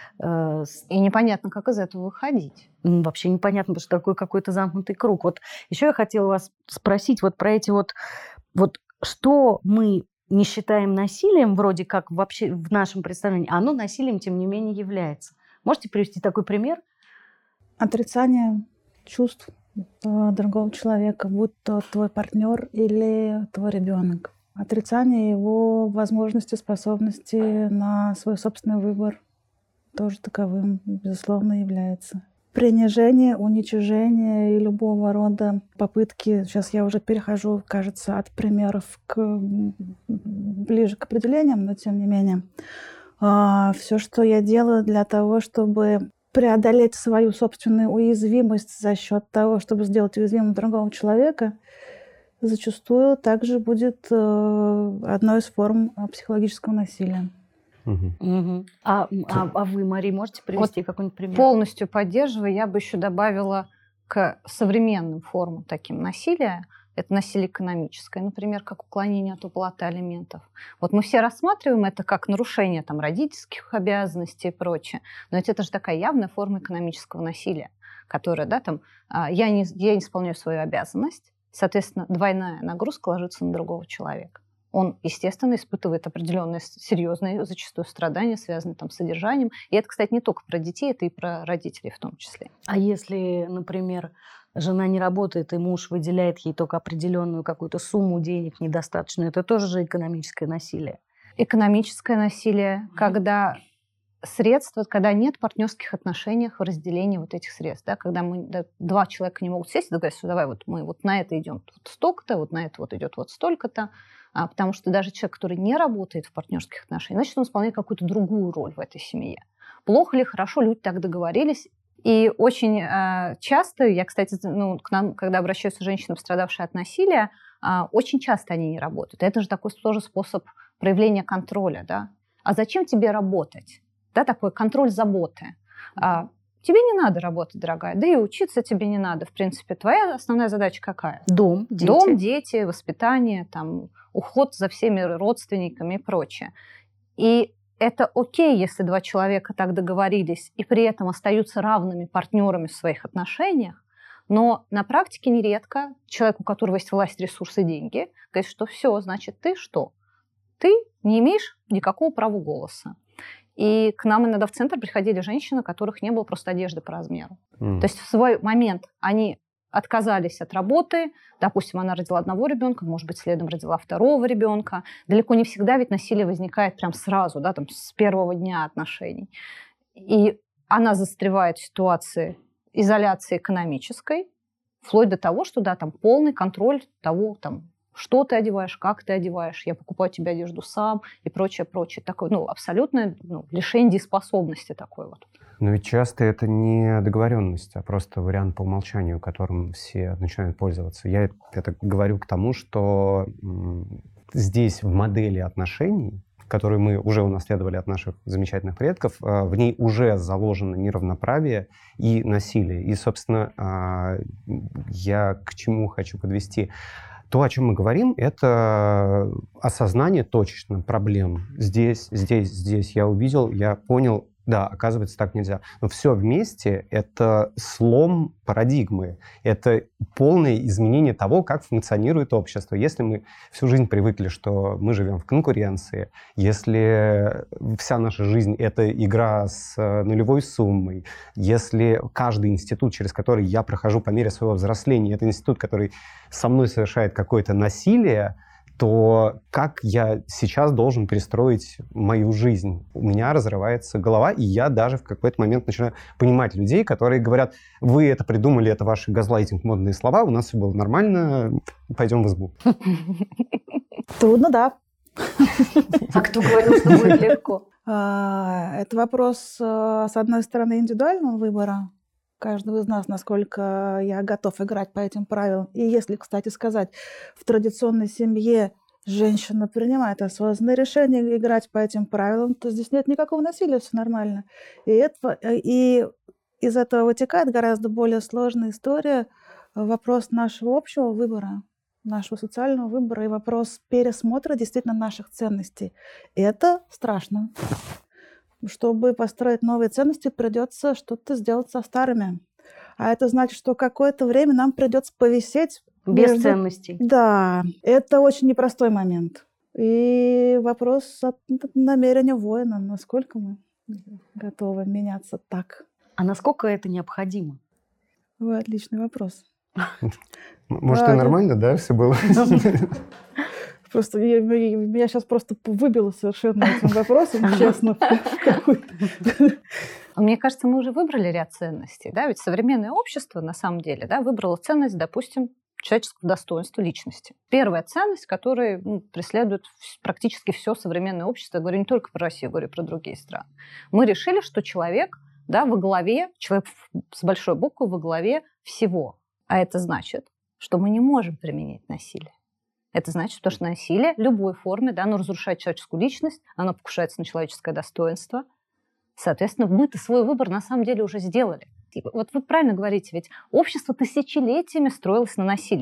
И непонятно, как из этого выходить. Вообще непонятно, потому что такой какой-то замкнутый круг. Вот еще я хотела вас спросить вот про эти вот, вот что мы не считаем насилием, вроде как вообще в нашем представлении, а оно насилием, тем не менее, является. Можете привести такой пример? Отрицание чувств другого человека, будь то твой партнер или твой ребенок. Отрицание его возможности, способности на свой собственный выбор тоже таковым, безусловно, является. Принижение, уничижение и любого рода попытки, сейчас я уже перехожу, кажется, от примеров к ближе к определениям, но тем не менее, все, что я делаю для того, чтобы преодолеть свою собственную уязвимость за счет того, чтобы сделать уязвимым другого человека, зачастую также будет э, одной из форм психологического насилия. Угу. Угу. А, а, а вы, Мари, можете привести вот какой-нибудь пример? Полностью поддерживаю. Я бы еще добавила к современным формам таким насилия. Это насилие экономическое, например, как уклонение от уплаты алиментов. Вот мы все рассматриваем это как нарушение там, родительских обязанностей и прочее, но ведь это же такая явная форма экономического насилия, которая, да, там, я не, я не исполняю свою обязанность, соответственно, двойная нагрузка ложится на другого человека. Он, естественно, испытывает определенные серьезные зачастую страдания, связанные там, с содержанием. И это, кстати, не только про детей, это и про родителей в том числе. А если, например, жена не работает, и муж выделяет ей только определенную какую-то сумму денег недостаточную, это тоже же экономическое насилие? Экономическое насилие, mm-hmm. когда средства, когда нет партнерских отношений в разделении вот этих средств. Да, когда мы, да, два человека не могут сесть и говорить, что давай вот мы вот на это идем вот столько-то, вот на это вот идет вот столько-то. А, потому что даже человек, который не работает в партнерских отношениях, значит, он исполняет какую-то другую роль в этой семье. Плохо ли, хорошо, люди так договорились. И очень э, часто, я, кстати, ну, к нам, когда обращаются женщины, пострадавшие от насилия, э, очень часто они не работают. Это же такой тоже способ проявления контроля. Да? А зачем тебе работать? Да, такой контроль заботы. А, тебе не надо работать, дорогая, да и учиться тебе не надо. В принципе, твоя основная задача какая? Дом, дети. Дом, дети, воспитание, там, уход за всеми родственниками и прочее. И это окей, если два человека так договорились и при этом остаются равными партнерами в своих отношениях, но на практике нередко человек, у которого есть власть, ресурсы, деньги, говорит, что все, значит, ты что? Ты не имеешь никакого права голоса. И к нам иногда в центр приходили женщины, у которых не было просто одежды по размеру. Mm. То есть в свой момент они отказались от работы, допустим, она родила одного ребенка, может быть, следом родила второго ребенка. Далеко не всегда ведь насилие возникает прям сразу, да, там, с первого дня отношений. И она застревает в ситуации изоляции экономической, вплоть до того, что да, там полный контроль того, там, что ты одеваешь, как ты одеваешь, я покупаю тебе одежду сам и прочее, прочее. Такое, ну, абсолютное ну, лишение дееспособности такой вот. Но ведь часто это не договоренность, а просто вариант по умолчанию, которым все начинают пользоваться. Я это говорю к тому, что здесь в модели отношений, которую мы уже унаследовали от наших замечательных предков, в ней уже заложено неравноправие и насилие. И, собственно, я к чему хочу подвести. То, о чем мы говорим, это осознание точечно проблем. Здесь, здесь, здесь я увидел, я понял, да, оказывается, так нельзя. Но все вместе — это слом парадигмы, это полное изменение того, как функционирует общество. Если мы всю жизнь привыкли, что мы живем в конкуренции, если вся наша жизнь — это игра с нулевой суммой, если каждый институт, через который я прохожу по мере своего взросления, это институт, который со мной совершает какое-то насилие, то как я сейчас должен перестроить мою жизнь? У меня разрывается голова, и я даже в какой-то момент начинаю понимать людей, которые говорят, вы это придумали, это ваши газлайтинг, модные слова, у нас все было нормально, пойдем в избу. Трудно, да. А кто говорил, что будет легко? Это вопрос, с одной стороны, индивидуального выбора каждого из нас, насколько я готов играть по этим правилам. И если, кстати сказать, в традиционной семье женщина принимает осознанное решение играть по этим правилам, то здесь нет никакого насилия, все нормально. И, это, и из этого вытекает гораздо более сложная история, вопрос нашего общего выбора, нашего социального выбора и вопрос пересмотра действительно наших ценностей. И это страшно. Чтобы построить новые ценности, придется что-то сделать со старыми. А это значит, что какое-то время нам придется повисеть. Без между... ценностей. Да, это очень непростой момент. И вопрос от намерения воина, насколько мы готовы меняться так. А насколько это необходимо? Ой, отличный вопрос. Может, и нормально, да, все было? Просто я, меня сейчас просто выбило совершенно этим вопросом, честно. Мне кажется, мы уже выбрали ряд ценностей. Да? Ведь современное общество, на самом деле, да, выбрало ценность, допустим, человеческого достоинства личности. Первая ценность, которую ну, преследует практически все современное общество, я говорю не только про Россию, я говорю про другие страны. Мы решили, что человек да, во главе, человек с большой буквы во главе всего. А это значит, что мы не можем применять насилие. Это значит, что насилие в любой форме, да, оно разрушает человеческую личность, оно покушается на человеческое достоинство. Соответственно, мы-то свой выбор на самом деле уже сделали. Вот вы правильно говорите, ведь общество тысячелетиями строилось на насилии.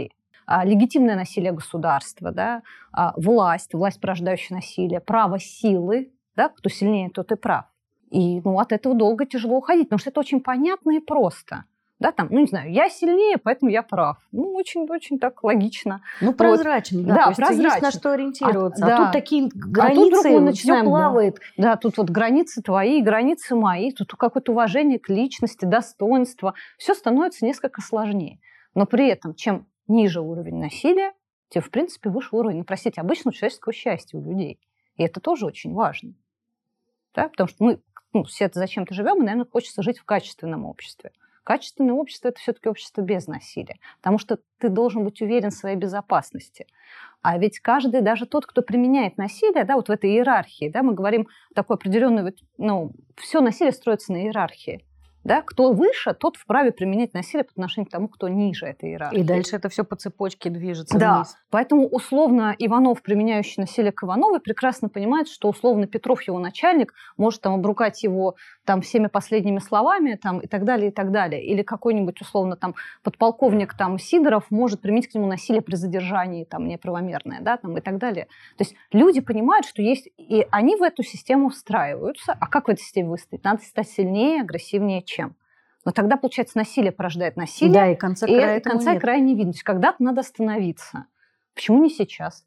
а, легитимное насилие государства, да, а, власть, власть, порождающая насилие, право силы, да, кто сильнее, тот и прав. И ну, от этого долго тяжело уходить, потому что это очень понятно и просто. Да, там, ну, не знаю, я сильнее, поэтому я прав. Ну, очень-очень так логично. Ну, прозрачно, вот. Да, да, то есть прозрачно. Есть на что ориентироваться. А, а да. Тут такие границы, а тут все плавает. Да. да, тут вот границы твои, границы мои, тут какое-то уважение к личности, достоинство. Все становится несколько сложнее. Но при этом, чем ниже уровень насилия, тем, в принципе, выше уровень, ну, простите, обычного человеческого счастья у людей. И это тоже очень важно. Да? Потому что мы ну, все-то зачем-то живем, и, наверное, хочется жить в качественном обществе. Качественное общество – это все-таки общество без насилия, потому что ты должен быть уверен в своей безопасности. А ведь каждый, даже тот, кто применяет насилие, да, вот в этой иерархии, да, мы говорим такой определенный, ну, все насилие строится на иерархии. Да? Кто выше, тот вправе применять насилие по отношению к тому, кто ниже этой иерархии. И дальше это все по цепочке движется да. вниз. Поэтому условно Иванов, применяющий насилие к Ивановой, прекрасно понимает, что условно Петров, его начальник, может там обругать его там, всеми последними словами там, и так далее, и так далее. Или какой-нибудь условно там, подполковник там, Сидоров может применить к нему насилие при задержании там, неправомерное, да, там, и так далее. То есть люди понимают, что есть... И они в эту систему встраиваются. А как в этой системе выстоять? Надо стать сильнее, агрессивнее, чем? Но тогда, получается, насилие порождает насилие. Да, и конца края, и конца нет. края не видно. То есть когда-то надо остановиться. Почему не сейчас?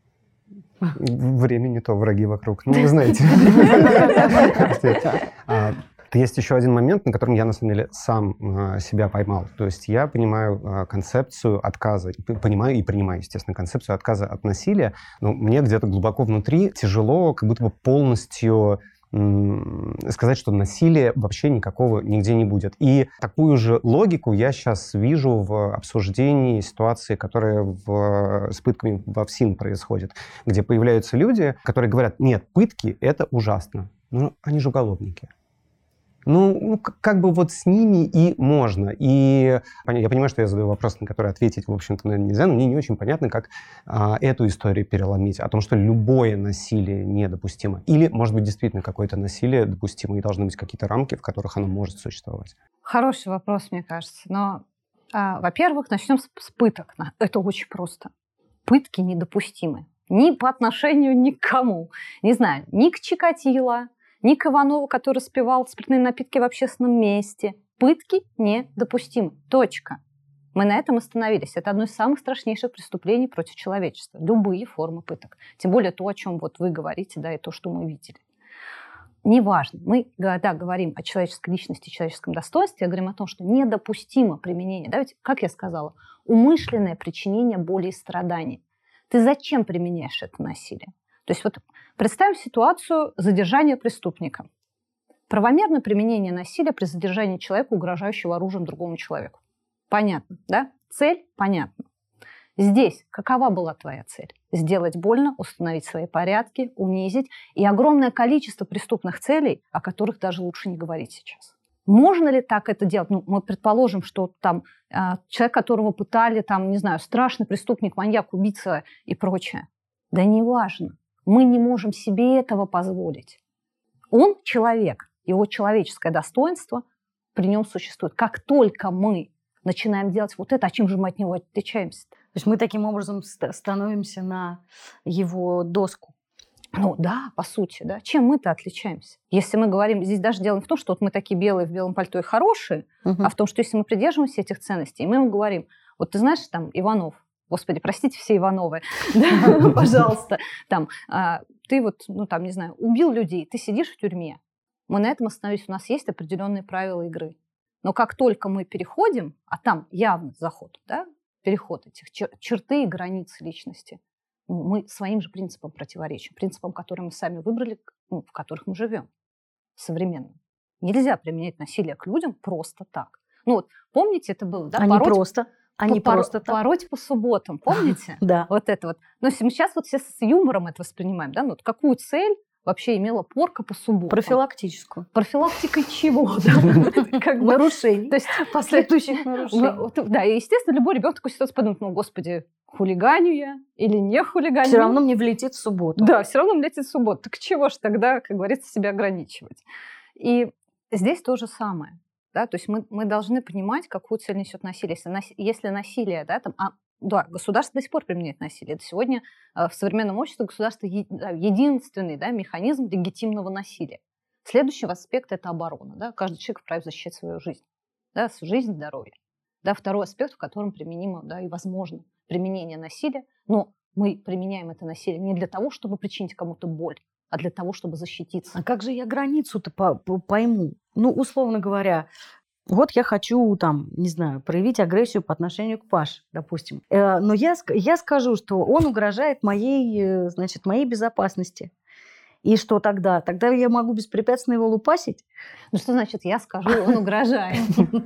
Время не то, враги вокруг. Ну, вы знаете. Есть еще один момент, на котором я, на самом деле, сам себя поймал. То есть я понимаю концепцию отказа, понимаю и принимаю, естественно, концепцию отказа от насилия, но мне где-то глубоко внутри тяжело как будто бы полностью сказать, что насилия вообще никакого нигде не будет. И такую же логику я сейчас вижу в обсуждении ситуации, которая в, с пытками в ФСИН происходит, где появляются люди, которые говорят, нет, пытки — это ужасно. Ну, они же уголовники. Ну, как бы вот с ними и можно. И я понимаю, что я задаю вопрос, на который ответить, в общем-то, наверное, нельзя, но мне не очень понятно, как а, эту историю переломить, о том, что любое насилие недопустимо. Или, может быть, действительно какое-то насилие допустимо, и должны быть какие-то рамки, в которых оно может существовать. Хороший вопрос, мне кажется. Но, а, во-первых, начнем с, с пыток. Это очень просто. Пытки недопустимы. Ни по отношению ни к кому. Не знаю, ни к Чикатило, ни к Иванову, который спивал спиртные напитки в общественном месте. Пытки недопустимы. Точка. Мы на этом остановились. Это одно из самых страшнейших преступлений против человечества. Любые формы пыток. Тем более то, о чем вот вы говорите, да, и то, что мы видели. Неважно. Мы, когда говорим о человеческой личности, человеческом достоинстве, говорим о том, что недопустимо применение. Да, ведь, как я сказала, умышленное причинение боли и страданий. Ты зачем применяешь это насилие? То есть вот представим ситуацию задержания преступника. Правомерное применение насилия при задержании человека, угрожающего оружием другому человеку. Понятно, да? Цель понятна. Здесь какова была твоя цель? Сделать больно, установить свои порядки, унизить. И огромное количество преступных целей, о которых даже лучше не говорить сейчас. Можно ли так это делать? Ну, мы предположим, что там человек, которого пытали, там, не знаю, страшный преступник, маньяк, убийца и прочее. Да неважно. Мы не можем себе этого позволить. Он человек, его человеческое достоинство при нем существует. Как только мы начинаем делать вот это, а чем же мы от него отличаемся? То есть мы таким образом становимся на его доску. Ну да, по сути, да. Чем мы-то отличаемся? Если мы говорим, здесь даже дело не в том, что вот мы такие белые в белом пальто и хорошие, угу. а в том, что если мы придерживаемся этих ценностей, и мы ему говорим, вот ты знаешь, там, Иванов, Господи, простите, все Ивановы, пожалуйста, там, ты вот, ну там, не знаю, убил людей, ты сидишь в тюрьме. Мы на этом остановились, у нас есть определенные правила игры. Но как только мы переходим, а там явно заход, да, переход этих черты и границ личности, мы своим же принципам противоречим, принципам, которые мы сами выбрали, ну, в которых мы живем, современным. Нельзя применять насилие к людям просто так. Ну вот, помните, это было, да? А не просто. А не Пор- просто так. Пороть по субботам, помните? Да. Вот это вот. Но сейчас вот все с юмором это воспринимаем, да? Ну, вот какую цель вообще имела порка по субботам? Профилактическую. Профилактикой чего? Нарушений. То есть последующих нарушений. Да, и, естественно, любой ребенок в такой ситуации подумает, ну, господи, хулиганю я или не хулиганю? Все равно мне влетит в субботу. Да, все равно мне влетит в субботу. Так чего ж тогда, как говорится, себя ограничивать? И здесь то же самое. Да, то есть мы, мы должны понимать, какую цель несет насилие. Если, нас, если насилие, да, там, а Да, государство до сих пор применяет насилие. Это сегодня в современном обществе государство единственный, да, механизм легитимного насилия. Следующий аспект – это оборона. Да? Каждый человек вправе защищать свою жизнь. Да? Жизнь, здоровье. Да? Второй аспект, в котором применимо, да, и возможно применение насилия. Но мы применяем это насилие не для того, чтобы причинить кому-то боль, а для того, чтобы защититься. А как же я границу-то пойму? Ну, условно говоря, вот я хочу, там, не знаю, проявить агрессию по отношению к Паше, допустим. Но я, я скажу, что он угрожает моей, значит, моей безопасности. И что тогда? Тогда я могу беспрепятственно его лупасить? Ну, что значит «я скажу, он угрожает»?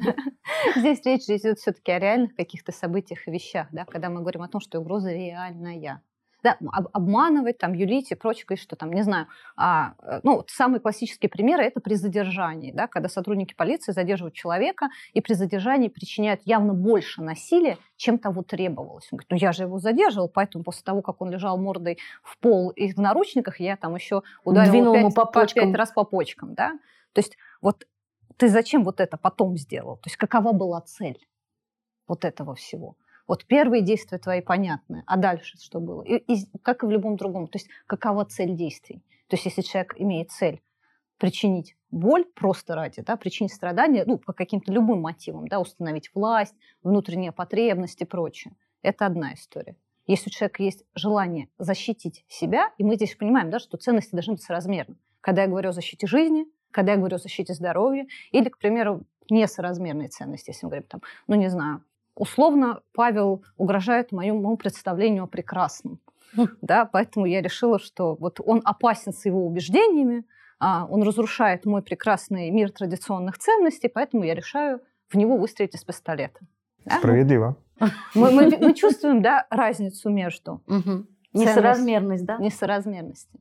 Здесь речь идет все-таки о реальных каких-то событиях и вещах, да, когда мы говорим о том, что угроза реальная. Да, обманывать, там, юлить и прочее, говорить, что там, не знаю. А, ну, самые классические примеры – это при задержании, да, когда сотрудники полиции задерживают человека и при задержании причиняют явно больше насилия, чем того требовалось. Он говорит, ну я же его задерживал, поэтому после того, как он лежал мордой в пол и в наручниках, я там еще ударил его пять, по по пять раз по почкам. Да? То есть вот ты зачем вот это потом сделал? То есть какова была цель вот этого всего? Вот первые действия твои понятны, а дальше что было? И, и, как и в любом другом. То есть какова цель действий? То есть если человек имеет цель причинить боль просто ради, да, причинить страдания, ну, по каким-то любым мотивам, да, установить власть, внутренние потребности и прочее, это одна история. Если у человека есть желание защитить себя, и мы здесь понимаем, да, что ценности должны быть соразмерны. Когда я говорю о защите жизни, когда я говорю о защите здоровья, или, к примеру, несоразмерные ценности, если мы говорим, там, ну, не знаю, условно, Павел угрожает моему представлению о прекрасном. Да, поэтому я решила, что вот он опасен с его убеждениями, он разрушает мой прекрасный мир традиционных ценностей, поэтому я решаю в него выстрелить из пистолета. Да? Справедливо. Мы, мы, мы чувствуем, да, разницу между угу. Несоразмерность, да? Несоразмерности.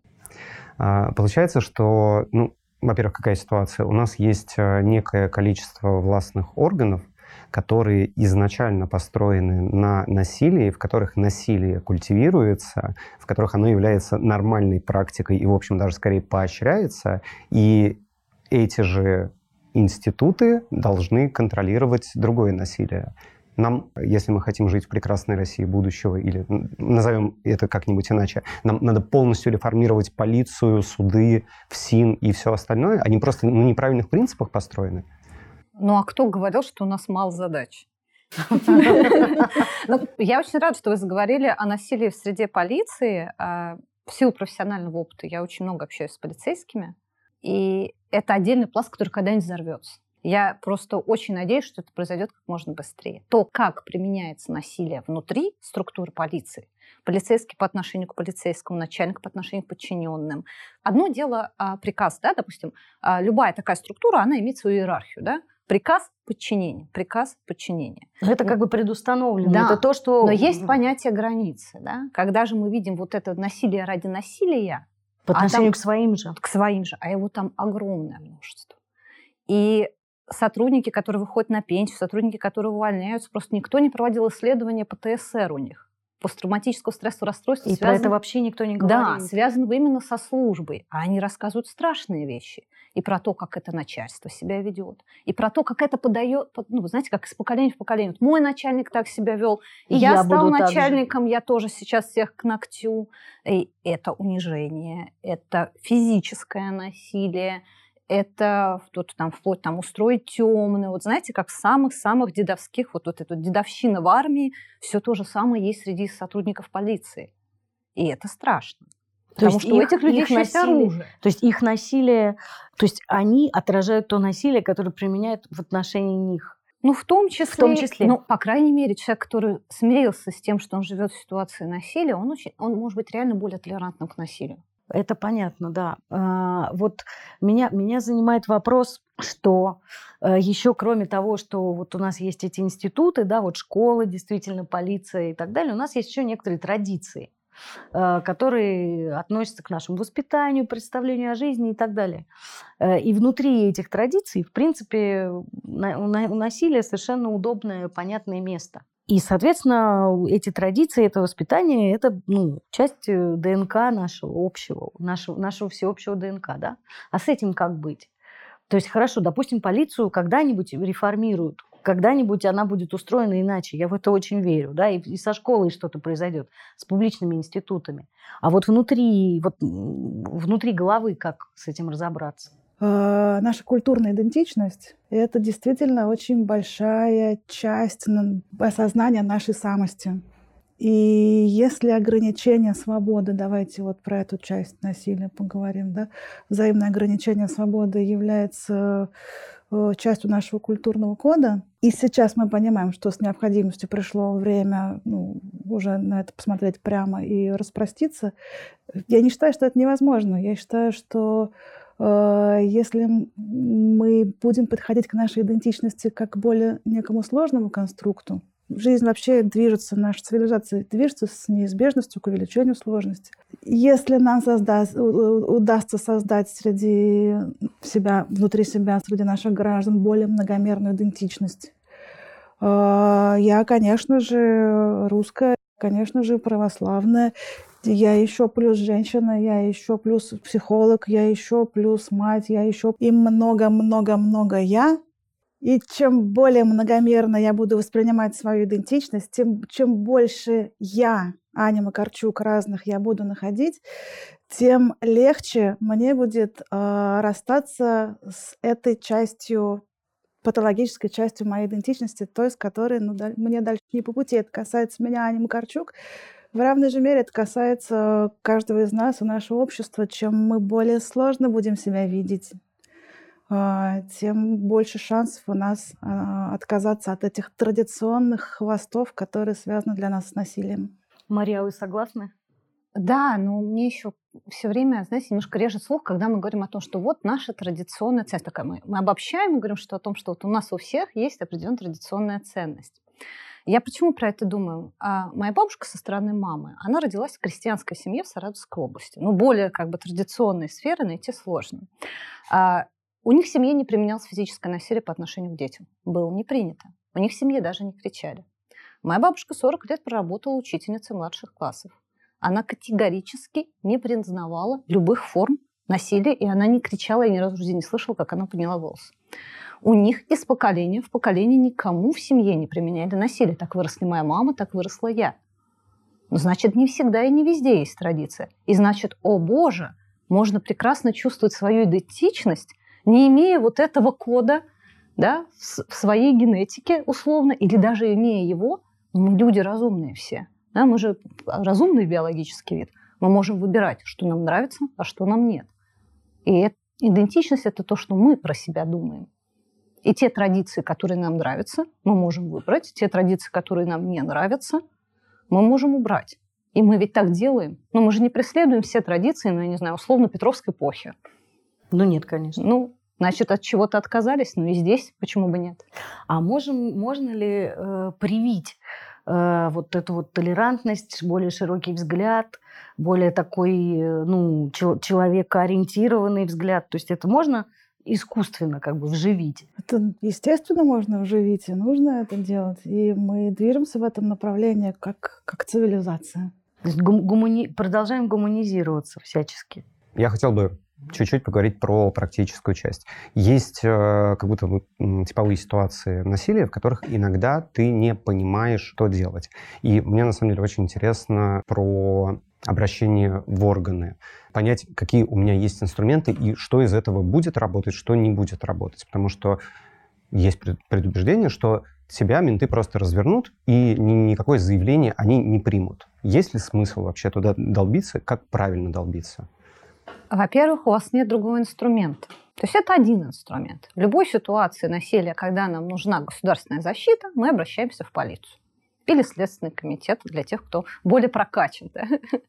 А, получается, что, ну, во-первых, какая ситуация? У нас есть некое количество властных органов, которые изначально построены на насилии, в которых насилие культивируется, в которых оно является нормальной практикой и, в общем, даже скорее поощряется. И эти же институты должны контролировать другое насилие. Нам, если мы хотим жить в прекрасной России будущего, или назовем это как-нибудь иначе, нам надо полностью реформировать полицию, суды, ФСИН и все остальное. Они просто на неправильных принципах построены. Ну, а кто говорил, что у нас мало задач? Я очень рада, что вы заговорили о насилии в среде полиции. В силу профессионального опыта я очень много общаюсь с полицейскими. И это отдельный пласт, который когда-нибудь взорвется. Я просто очень надеюсь, что это произойдет как можно быстрее. То, как применяется насилие внутри структуры полиции, полицейский по отношению к полицейскому, начальник по отношению к подчиненным. Одно дело а, приказ, да, допустим, а, любая такая структура, она имеет свою иерархию, да, приказ подчинения, приказ подчинения. Это как бы предустановлено. Да, это то, что... но есть понятие границы, да, когда же мы видим вот это насилие ради насилия, по отношению а там, к своим же. К своим же, а его там огромное множество. И сотрудники, которые выходят на пенсию, сотрудники, которые увольняются, просто никто не проводил исследования по тэ эс эр у них. Посттравматического стрессового расстройства. И связан... про это вообще никто не говорит. Да, связанного именно со службой. А они рассказывают страшные вещи. И про то, как это начальство себя ведет. И про то, как это подает, ну, вы знаете, как из поколения в поколение. Вот мой начальник так себя вел. И я, я стал начальником, я тоже сейчас всех к ногтю. И это унижение, это физическое насилие. Это тут, там, вплоть там, устроить темную. Вот знаете, как в самых-самых дедовских, вот, вот эта дедовщина в армии, все то же самое есть среди сотрудников полиции. И это страшно. То Потому есть что их, у этих людей их есть насилие, оружие. То есть их насилие, то есть они отражают то насилие, которое применяют в отношении них. Ну, в том числе, в том числе. Ну, по крайней мере, человек, который смирился с тем, что он живет в ситуации насилия, он, очень, он может быть реально более толерантным к насилию. Это понятно, да. А, вот меня, меня занимает вопрос, что а, еще кроме того, что вот у нас есть эти институты, да, вот школы, действительно, полиция и так далее, у нас есть еще некоторые традиции, а, которые относятся к нашему воспитанию, представлению о жизни и так далее. А, и внутри этих традиций, в принципе, на, у насилия совершенно удобное, понятное место. И, соответственно, эти традиции, это воспитание, это, ну, часть ДНК нашего общего, нашего, нашего всеобщего ДНК, да? А с этим как быть? То есть, хорошо, допустим, полицию когда-нибудь реформируют. когда-нибудь она будет устроена иначе. Я в это очень верю. Да? И, и со школой что-то произойдет, с публичными институтами. А вот внутри, вот, внутри головы как с этим разобраться? Наша культурная идентичность – это действительно очень большая часть осознания нашей самости. И если ограничение свободы, давайте вот про эту часть насилия поговорим, да, взаимное ограничение свободы является частью нашего культурного кода. И сейчас мы понимаем, что с необходимостью пришло время ну, уже на это посмотреть прямо и распроститься. Я не считаю, что это невозможно. Я считаю, что э, если мы будем подходить к нашей идентичности как к более некому сложному конструкту, жизнь вообще движется, наша цивилизация движется с неизбежностью к увеличению сложности. Если нам создаст, удастся создать среди себя, внутри себя, среди наших граждан более многомерную идентичность, я, конечно же, русская, конечно же, православная, я еще плюс женщина, я еще плюс психолог, я еще плюс мать, я еще и много-много-много я. И чем более многомерно я буду воспринимать свою идентичность, тем чем больше я, Аня Макарчук, разных я буду находить, тем легче мне будет э, расстаться с этой частью, патологической частью моей идентичности, той, с которой ну, да, мне дальше не по пути. Это касается меня, Ани Макарчук. В равной же мере это касается каждого из нас и нашего общества. Чем мы более сложно будем себя видеть, тем больше шансов у нас отказаться от этих традиционных хвостов, которые связаны для нас с насилием. Мария, вы согласны? Да, но мне еще все время, знаете, немножко режет слух, когда мы говорим о том, что вот наша традиционная ценность. Такая мы, мы обобщаем и говорим, что о том, что вот у нас у всех есть определенная традиционная ценность. Я почему про это думаю? А моя бабушка со стороны мамы, она родилась в крестьянской семье в Саратовской области. Ну, более как бы традиционные сферы найти сложно. А у них в семье не применялось физическое насилие по отношению к детям. Было не принято. У них в семье даже не кричали. Моя бабушка сорок лет проработала учительницей младших классов. Она категорически не признавала любых форм насилия, и она не кричала, я ни разу в жизни не слышала, как она подняла голос. У них из поколения в поколение никому в семье не применяли насилие. Так выросла моя мама, так выросла я. Но значит, не всегда и не везде есть традиция. И значит, о боже, можно прекрасно чувствовать свою идентичность, не имея вот этого кода, да, в своей генетике условно, или даже имея его, мы люди разумные все. Да, мы же разумный биологический вид. Мы можем выбирать, что нам нравится, а что нам нет. И это, идентичность – это то, что мы про себя думаем. И те традиции, которые нам нравятся, мы можем выбрать. Те традиции, которые нам не нравятся, мы можем убрать. И мы ведь так делаем. Но мы же не преследуем все традиции, ну, я не знаю, условно, Петровской эпохи. Ну, нет, конечно. Ну, значит, от чего-то отказались, но и здесь почему бы нет? А можем, можно ли э, привить э, вот эту вот толерантность, более широкий взгляд, более такой, э, ну, чел- человекоориентированный взгляд? То есть это можно искусственно как бы вживить? Это, естественно, можно вживить, и нужно это делать. И мы движемся в этом направлении как, как цивилизация. То есть гум- гумани- продолжаем гуманизироваться всячески. Я хотел бы чуть-чуть поговорить про практическую часть. Есть э, как будто бы типовые ситуации насилия, в которых иногда ты не понимаешь, что делать. И мне, на самом деле, очень интересно про обращение в органы, понять, какие у меня есть инструменты и что из этого будет работать, что не будет работать. Потому что есть предубеждение, что себя менты просто развернут, и ни, никакое заявление они не примут. Есть ли смысл вообще туда долбиться? Как правильно долбиться? Во-первых, у вас нет другого инструмента. То есть это один инструмент. В любой ситуации насилия, когда нам нужна государственная защита, мы обращаемся в полицию. Или Следственный комитет для тех, кто более прокачан. Да?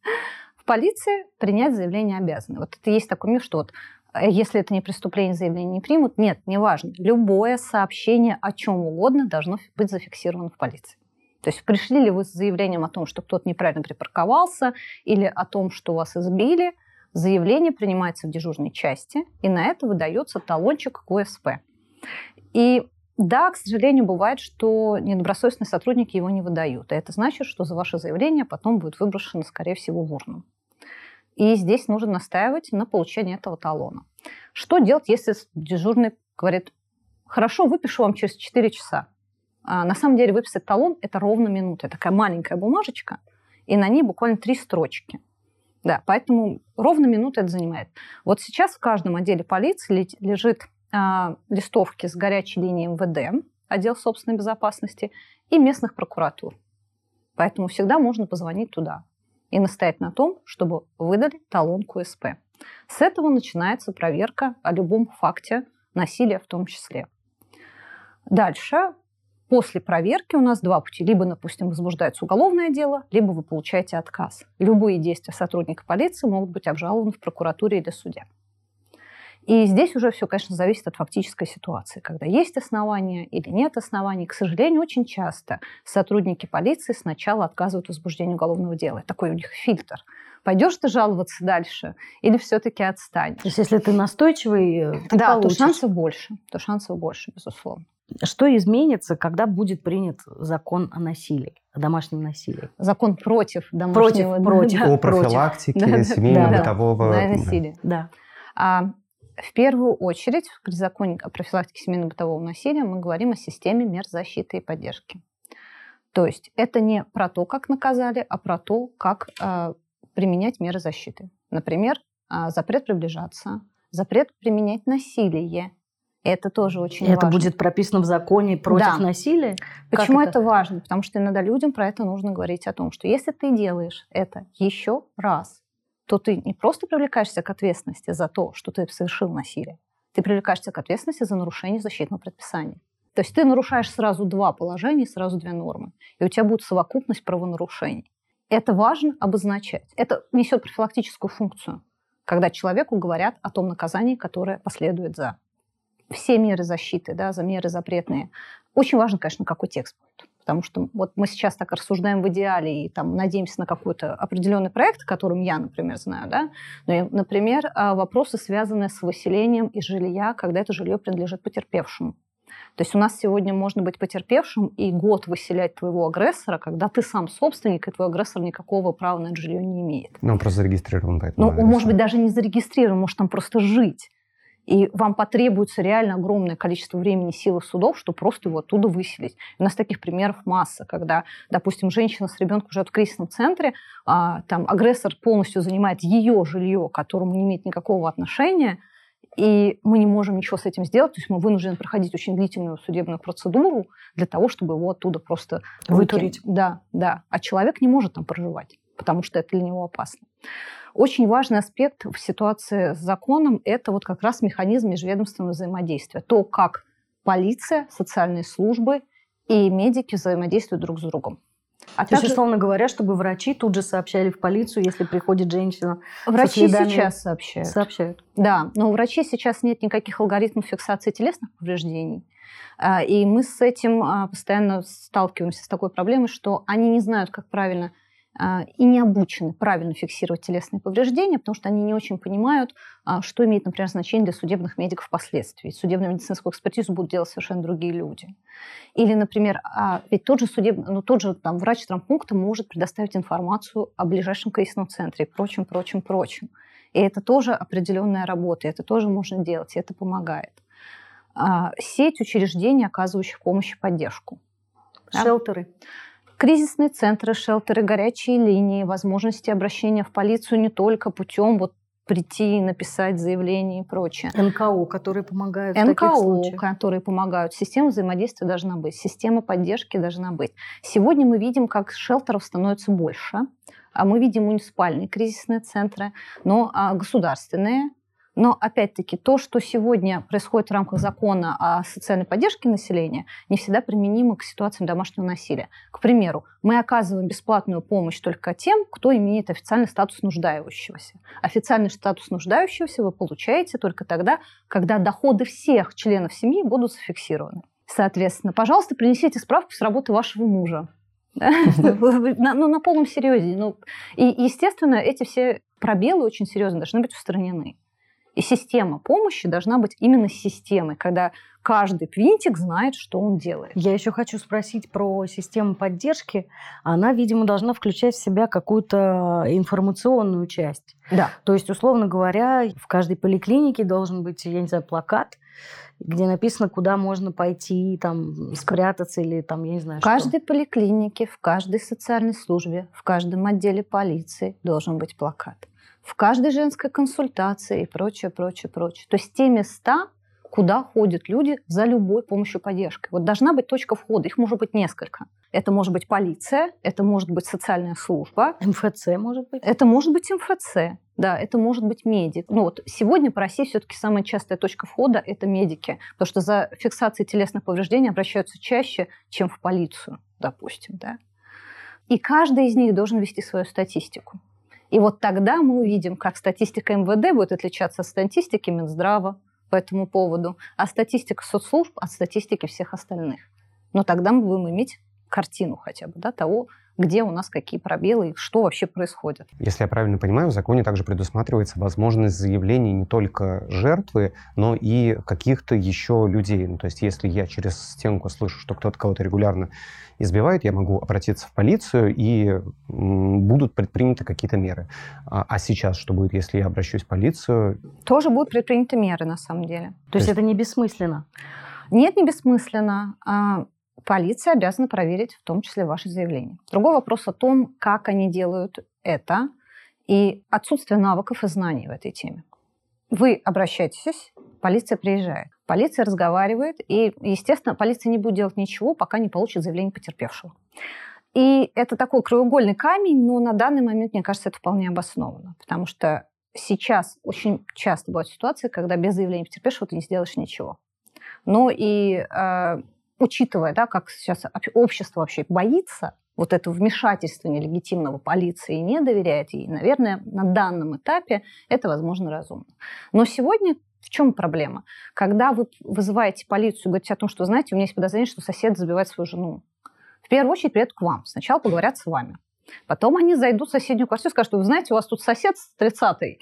В полиции принять заявление обязаны. Вот это есть такой миф, что вот, если это не преступление, заявление не примут. Нет, неважно. Любое сообщение о чем угодно должно быть зафиксировано в полиции. То есть пришли ли вы с заявлением о том, что кто-то неправильно припарковался, или о том, что вас избили, заявление принимается в дежурной части, и на это выдается талончик к У С П. И да, к сожалению, бывает, что недобросовестные сотрудники его не выдают. И это значит, что за ваше заявление потом будет выброшено, скорее всего, в урну. И здесь нужно настаивать на получении этого талона. Что делать, если дежурный говорит: хорошо, выпишу вам через четыре часа? А, на самом деле выписать талон – это ровно минута. Это такая маленькая бумажечка, и на ней буквально три строчки. Да, поэтому ровно минуту это занимает. Вот сейчас в каждом отделе полиции лежит а, листовки с горячей линией эм вэ дэ, отдел собственной безопасности, и местных прокуратур. Поэтому всегда можно позвонить туда и настоять на том, чтобы выдали талон ку эс пэ. С этого начинается проверка о любом факте насилия в том числе. Дальше, после проверки у нас два пути. Либо, допустим, возбуждается уголовное дело, либо вы получаете отказ. Любые действия сотрудника полиции могут быть обжалованы в прокуратуре или суде. И здесь уже все, конечно, зависит от фактической ситуации, когда есть основания или нет оснований. К сожалению, очень часто сотрудники полиции сначала отказывают в возбуждении уголовного дела. Такой у них фильтр. Пойдешь ты жаловаться дальше или все-таки отстанешь? То есть если ты настойчивый, ты да, получишь. то шансов больше. То шансов больше, безусловно. Что изменится, когда будет принят закон о насилии, о домашнем насилии? Закон против домашнего Против, против. Да, О профилактике да, семейно-бытового да, насилия. Да. А, в первую очередь, при законе о профилактике семейно-бытового насилия мы говорим о системе мер защиты и поддержки. То есть это не про то, как наказали, а про то, как а, применять меры защиты. Например, а, запрет приближаться, запрет применять насилие. Это тоже очень это важно. Это будет прописано в законе против да. насилия? Почему это? это важно? Потому что иногда людям про это нужно говорить о том, что если ты делаешь это еще раз, то ты не просто привлекаешься к ответственности за то, что ты совершил насилие, ты привлекаешься к ответственности за нарушение защитного предписания. То есть ты нарушаешь сразу два положения, сразу две нормы, и у тебя будет совокупность правонарушений. Это важно обозначать. Это несет профилактическую функцию, когда человеку говорят о том наказании, которое последует за все меры защиты, да, за меры запретные. Очень важно, конечно, какой текст будет. Потому что вот мы сейчас так рассуждаем в идеале и там, надеемся на какой-то определенный проект, которым я, например, знаю. Да? Но, например, вопросы, связанные с выселением из жилья, когда это жилье принадлежит потерпевшему. То есть у нас сегодня можно быть потерпевшим и год выселять твоего агрессора, когда ты сам собственник, и твой агрессор никакого права на это жилье не имеет. Ну, он просто зарегистрирован по этому Ну, он, может быть, даже не зарегистрирован, может там просто жить. И вам потребуется реально огромное количество времени, силы судов, чтобы просто его оттуда выселить. У нас таких примеров масса, когда, допустим, женщина с ребенком живет в кризисном центре, а, там агрессор полностью занимает ее жилье, к которому не имеет никакого отношения, и мы не можем ничего с этим сделать. То есть мы вынуждены проходить очень длительную судебную процедуру для того, чтобы его оттуда просто вытурить. Да, да. А человек не может там проживать, потому что это для него опасно. Очень важный аспект в ситуации с законом – это вот как раз механизм межведомственного взаимодействия. То, как полиция, социальные службы и медики взаимодействуют друг с другом. А То также... есть, условно говоря, чтобы врачи тут же сообщали в полицию, если приходит женщина Врачи со следами... сейчас сообщают. Сообщают. Да, но у врачей сейчас нет никаких алгоритмов фиксации телесных повреждений. И мы с этим постоянно сталкиваемся с такой проблемой, что они не знают, как правильно и не обучены правильно фиксировать телесные повреждения, потому что они не очень понимают, что имеет, например, значение для судебных медиков впоследствии. Судебно-медицинскую экспертизу будут делать совершенно другие люди. Или, например, ведь тот же, судеб... ну, тот же там, врач травмпункта может предоставить информацию о ближайшем кризисном центре и прочем, прочем, прочем. И это тоже определенная работа, и это тоже можно делать, и это помогает. Сеть учреждений, оказывающих помощь и поддержку. Шелтеры. Кризисные центры, шелтеры, горячие линии, возможности обращения в полицию не только путем вот прийти, написать заявление и прочее. эн ка о, которые помогают эн ка о, в таких случаях. которые помогают. Система взаимодействия должна быть, система поддержки должна быть. Сегодня мы видим, как шелтеров становится больше. Мы видим муниципальные кризисные центры, но государственные. Но, опять-таки, то, что сегодня происходит в рамках закона о социальной поддержке населения, не всегда применимо к ситуациям домашнего насилия. К примеру, мы оказываем бесплатную помощь только тем, кто имеет официальный статус нуждающегося. Официальный статус нуждающегося вы получаете только тогда, когда доходы всех членов семьи будут зафиксированы. Соответственно, пожалуйста, принесите справку с работы вашего мужа. Ну, на полном серьезе. И, естественно, эти все пробелы очень серьезно должны быть устранены. И система помощи должна быть именно системой, когда каждый винтик знает, что он делает. Я еще хочу спросить про систему поддержки. Она, видимо, должна включать в себя какую-то информационную часть. Да. То есть, условно говоря, в каждой поликлинике должен быть, я не знаю, плакат где написано, куда можно пойти, там, спрятаться или там, я не знаю, В каждой что. поликлинике, в каждой социальной службе, в каждом отделе полиции должен быть плакат. В каждой женской консультации и прочее, прочее, прочее. То есть те места, куда ходят люди за любой помощью, поддержкой. Вот должна быть точка входа, их может быть несколько. Это может быть полиция, это может быть социальная служба. эм эф цэ, может быть? Это может быть эм эф цэ, да, это может быть медик. Ну вот сегодня по России все-таки самая частая точка входа – это медики, потому что за фиксацией телесных повреждений обращаются чаще, чем в полицию, допустим, да. И каждый из них должен вести свою статистику. И вот тогда мы увидим, как статистика эм вэ дэ будет отличаться от статистики Минздрава по этому поводу, а статистика соцслужб от статистики всех остальных. Но тогда мы будем иметь картину хотя бы, да, того, где у нас какие пробелы и что вообще происходит. Если я правильно понимаю, в законе также предусматривается возможность заявления не только жертвы, но и каких-то еще людей. Ну, то есть если я через стенку слышу, что кто-то кого-то регулярно избивает, я могу обратиться в полицию, и м, будут предприняты какие-то меры. А, а сейчас что будет, если я обращусь в полицию? Тоже будут предприняты меры, на самом деле. То, То есть, есть это не бессмысленно? Нет, не бессмысленно. А полиция обязана проверить в том числе ваши заявления. Другой вопрос о том, как они делают это, и отсутствие навыков и знаний в этой теме. Вы обращаетесь, полиция приезжает. Полиция разговаривает, и, естественно, полиция не будет делать ничего, пока не получит заявление потерпевшего. И это такой краеугольный камень, но на данный момент, мне кажется, это вполне обосновано, потому что сейчас очень часто бывают ситуации, когда без заявления потерпевшего ты не сделаешь ничего. Ну и э, учитывая, да, как сейчас общество вообще боится вот этого вмешательства нелегитимного полиции и не доверяет ей, наверное, на данном этапе это, возможно, разумно. Но сегодня в чем проблема? Когда вы вызываете полицию и говорите о том, что, знаете, у меня есть подозрение, что сосед забивает свою жену. В первую очередь приедут к вам. Сначала поговорят с вами. Потом они зайдут в соседнюю квартиру и скажут, что, вы знаете, у вас тут сосед с тридцатой.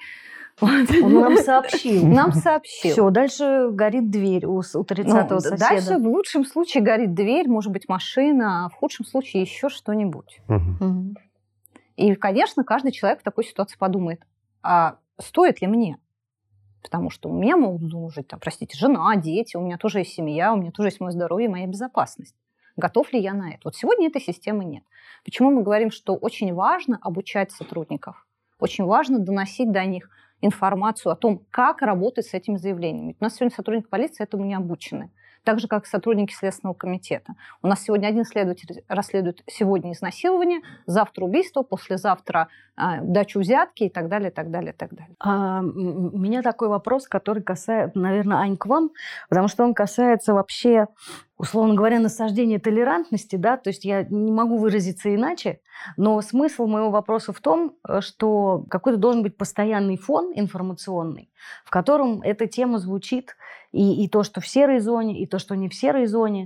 Он нам сообщил. Нам сообщил. Все, дальше горит дверь у, у тридцатого ну, соседа. Дальше в лучшем случае горит дверь, может быть, машина, а в худшем случае еще что-нибудь. Угу. И, конечно, каждый человек в такой ситуации подумает, а стоит ли мне? Потому что у меня могут жить, там, простите, жена, дети, у меня тоже есть семья, у меня тоже есть мое здоровье, моя безопасность. Готов ли я на это? Вот сегодня этой системы нет. Почему мы говорим, что очень важно обучать сотрудников, очень важно доносить до них информацию о том, как работать с этими заявлениями. Ведь у нас сегодня сотрудники полиции этому не обучены. Так же, как и сотрудники Следственного комитета. У нас сегодня один следователь расследует сегодня изнасилование, завтра убийство, послезавтра э, дачу взятки и так далее, и так далее, и так далее. А, у меня такой вопрос, который касается, наверное, Ань, к вам, потому что он касается вообще, условно говоря, насаждения толерантности, да, то есть я не могу выразиться иначе, но смысл моего вопроса в том, что какой-то должен быть постоянный фон информационный, в котором эта тема звучит, и, и то, что в серой зоне, и то, что не в серой зоне,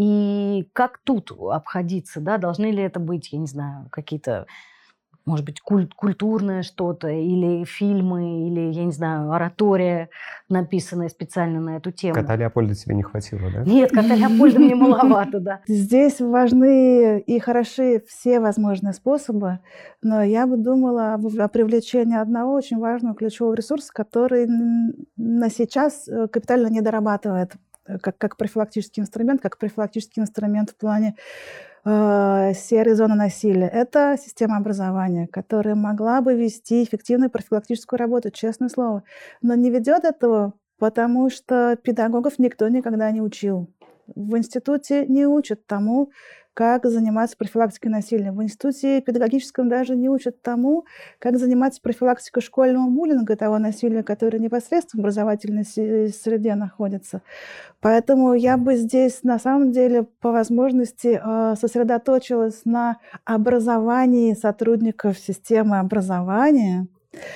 и как тут обходиться, да, должны ли это быть, я не знаю, какие-то, может быть, куль- культурное что-то, или фильмы, или, я не знаю, оратория, написанная специально на эту тему. Кота Леопольда тебе не хватило, да? Нет, кота Леопольда мне маловато, да. Здесь важны и хороши все возможные способы, но я бы думала о привлечении одного очень важного ключевого ресурса, который на сейчас капитально не дорабатывает как, как профилактический инструмент, как профилактический инструмент в плане э, серой зоны насилия. Это система образования, которая могла бы вести эффективную профилактическую работу, честное слово, но не ведет этого, потому что педагогов никто никогда не учил. В институте не учат тому, как заниматься профилактикой насилия. В институте педагогическом даже не учат тому, как заниматься профилактикой школьного буллинга, того насилия, которое непосредственно в образовательной среде находится. Поэтому я бы здесь на самом деле по возможности сосредоточилась на образовании сотрудников системы образования,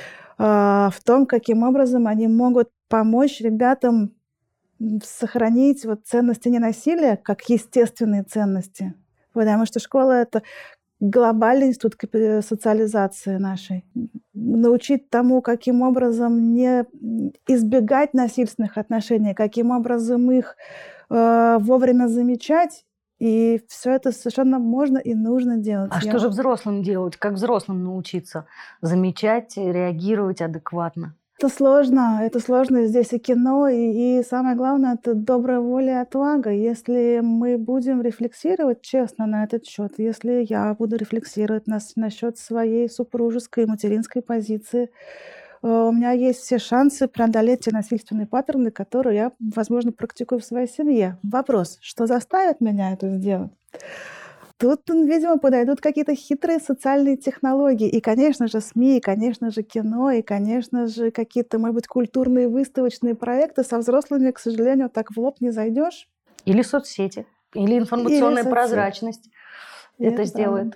в том, каким образом они могут помочь ребятам сохранить вот ценности ненасилия как естественные ценности. Потому что школа – это глобальный институт социализации нашей. Научить тому, каким образом не избегать насильственных отношений, каким образом их э, вовремя замечать. И все это совершенно можно и нужно делать. А Я... что же взрослым делать? Как взрослым научиться замечать, реагировать адекватно? Это сложно, это сложно здесь и кино, и, и самое главное, это добрая воля и отвага. Если мы будем рефлексировать честно на этот счет, если я буду рефлексировать нас, насчет своей супружеской и материнской позиции, э, у меня есть все шансы преодолеть те насильственные паттерны, которые я, возможно, практикую в своей семье. Вопрос, что заставит меня это сделать? Тут, видимо, подойдут какие-то хитрые социальные технологии. И, конечно же, СМИ, и, конечно же, кино, и, конечно же, какие-то, может быть, культурные выставочные проекты. Со взрослыми, к сожалению, так в лоб не зайдешь. Или соцсети, или информационная Или прозрачность И это это сделает.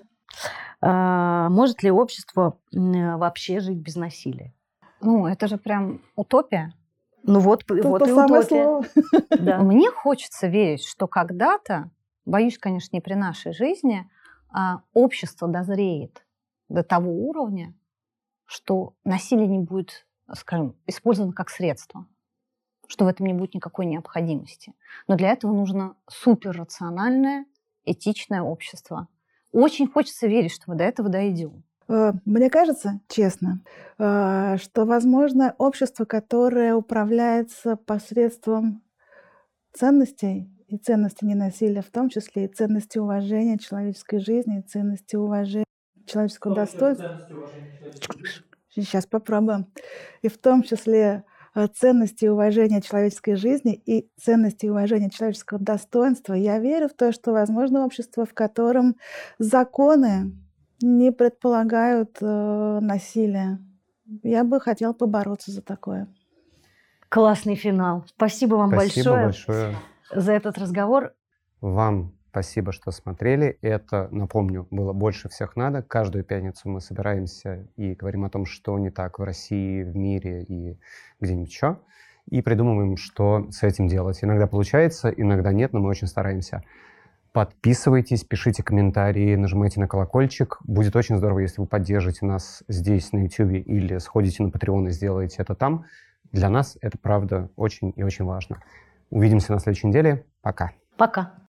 А, может ли общество м, вообще жить без насилия? Ну, это же прям утопия. Ну вот, Тут вот то и самое утопия. слово. Да. Мне хочется верить, что когда-то, боюсь, конечно, не при нашей жизни, а, общество дозреет до того уровня, что насилие не будет, скажем, использовано как средство, что в этом не будет никакой необходимости. Но для этого нужно суперрациональное, этичное общество. Очень хочется верить, что мы до этого дойдем. Э, Мне кажется, честно, э, что, возможно, общество, которое управляется посредством ценностей, и ценности ненасилия, в том числе и ценности уважения человеческой жизни, и ценности уважения человеческого достоинства. Сейчас попробуем. И в том числе э, ценности и уважения человеческой жизни и ценности и уважения человеческого достоинства. Я верю в то, что возможно общество, в котором законы не предполагают э, насилия. Я бы хотела побороться за такое. Классный финал. Спасибо вам Спасибо большое, большое. за этот разговор. Вам спасибо, что смотрели. Это, напомню, было «Больше всех надо». Каждую пятницу мы собираемся и говорим о том, что не так в России, в мире и где-нибудь еще. И придумываем, что с этим делать. Иногда получается, иногда нет, но мы очень стараемся. Подписывайтесь, пишите комментарии, нажимайте на колокольчик. Будет очень здорово, если вы поддержите нас здесь, на YouTube, или сходите на Patreon и сделаете это там. Для нас это, правда, очень и очень важно. Увидимся на следующей неделе. Пока. Пока.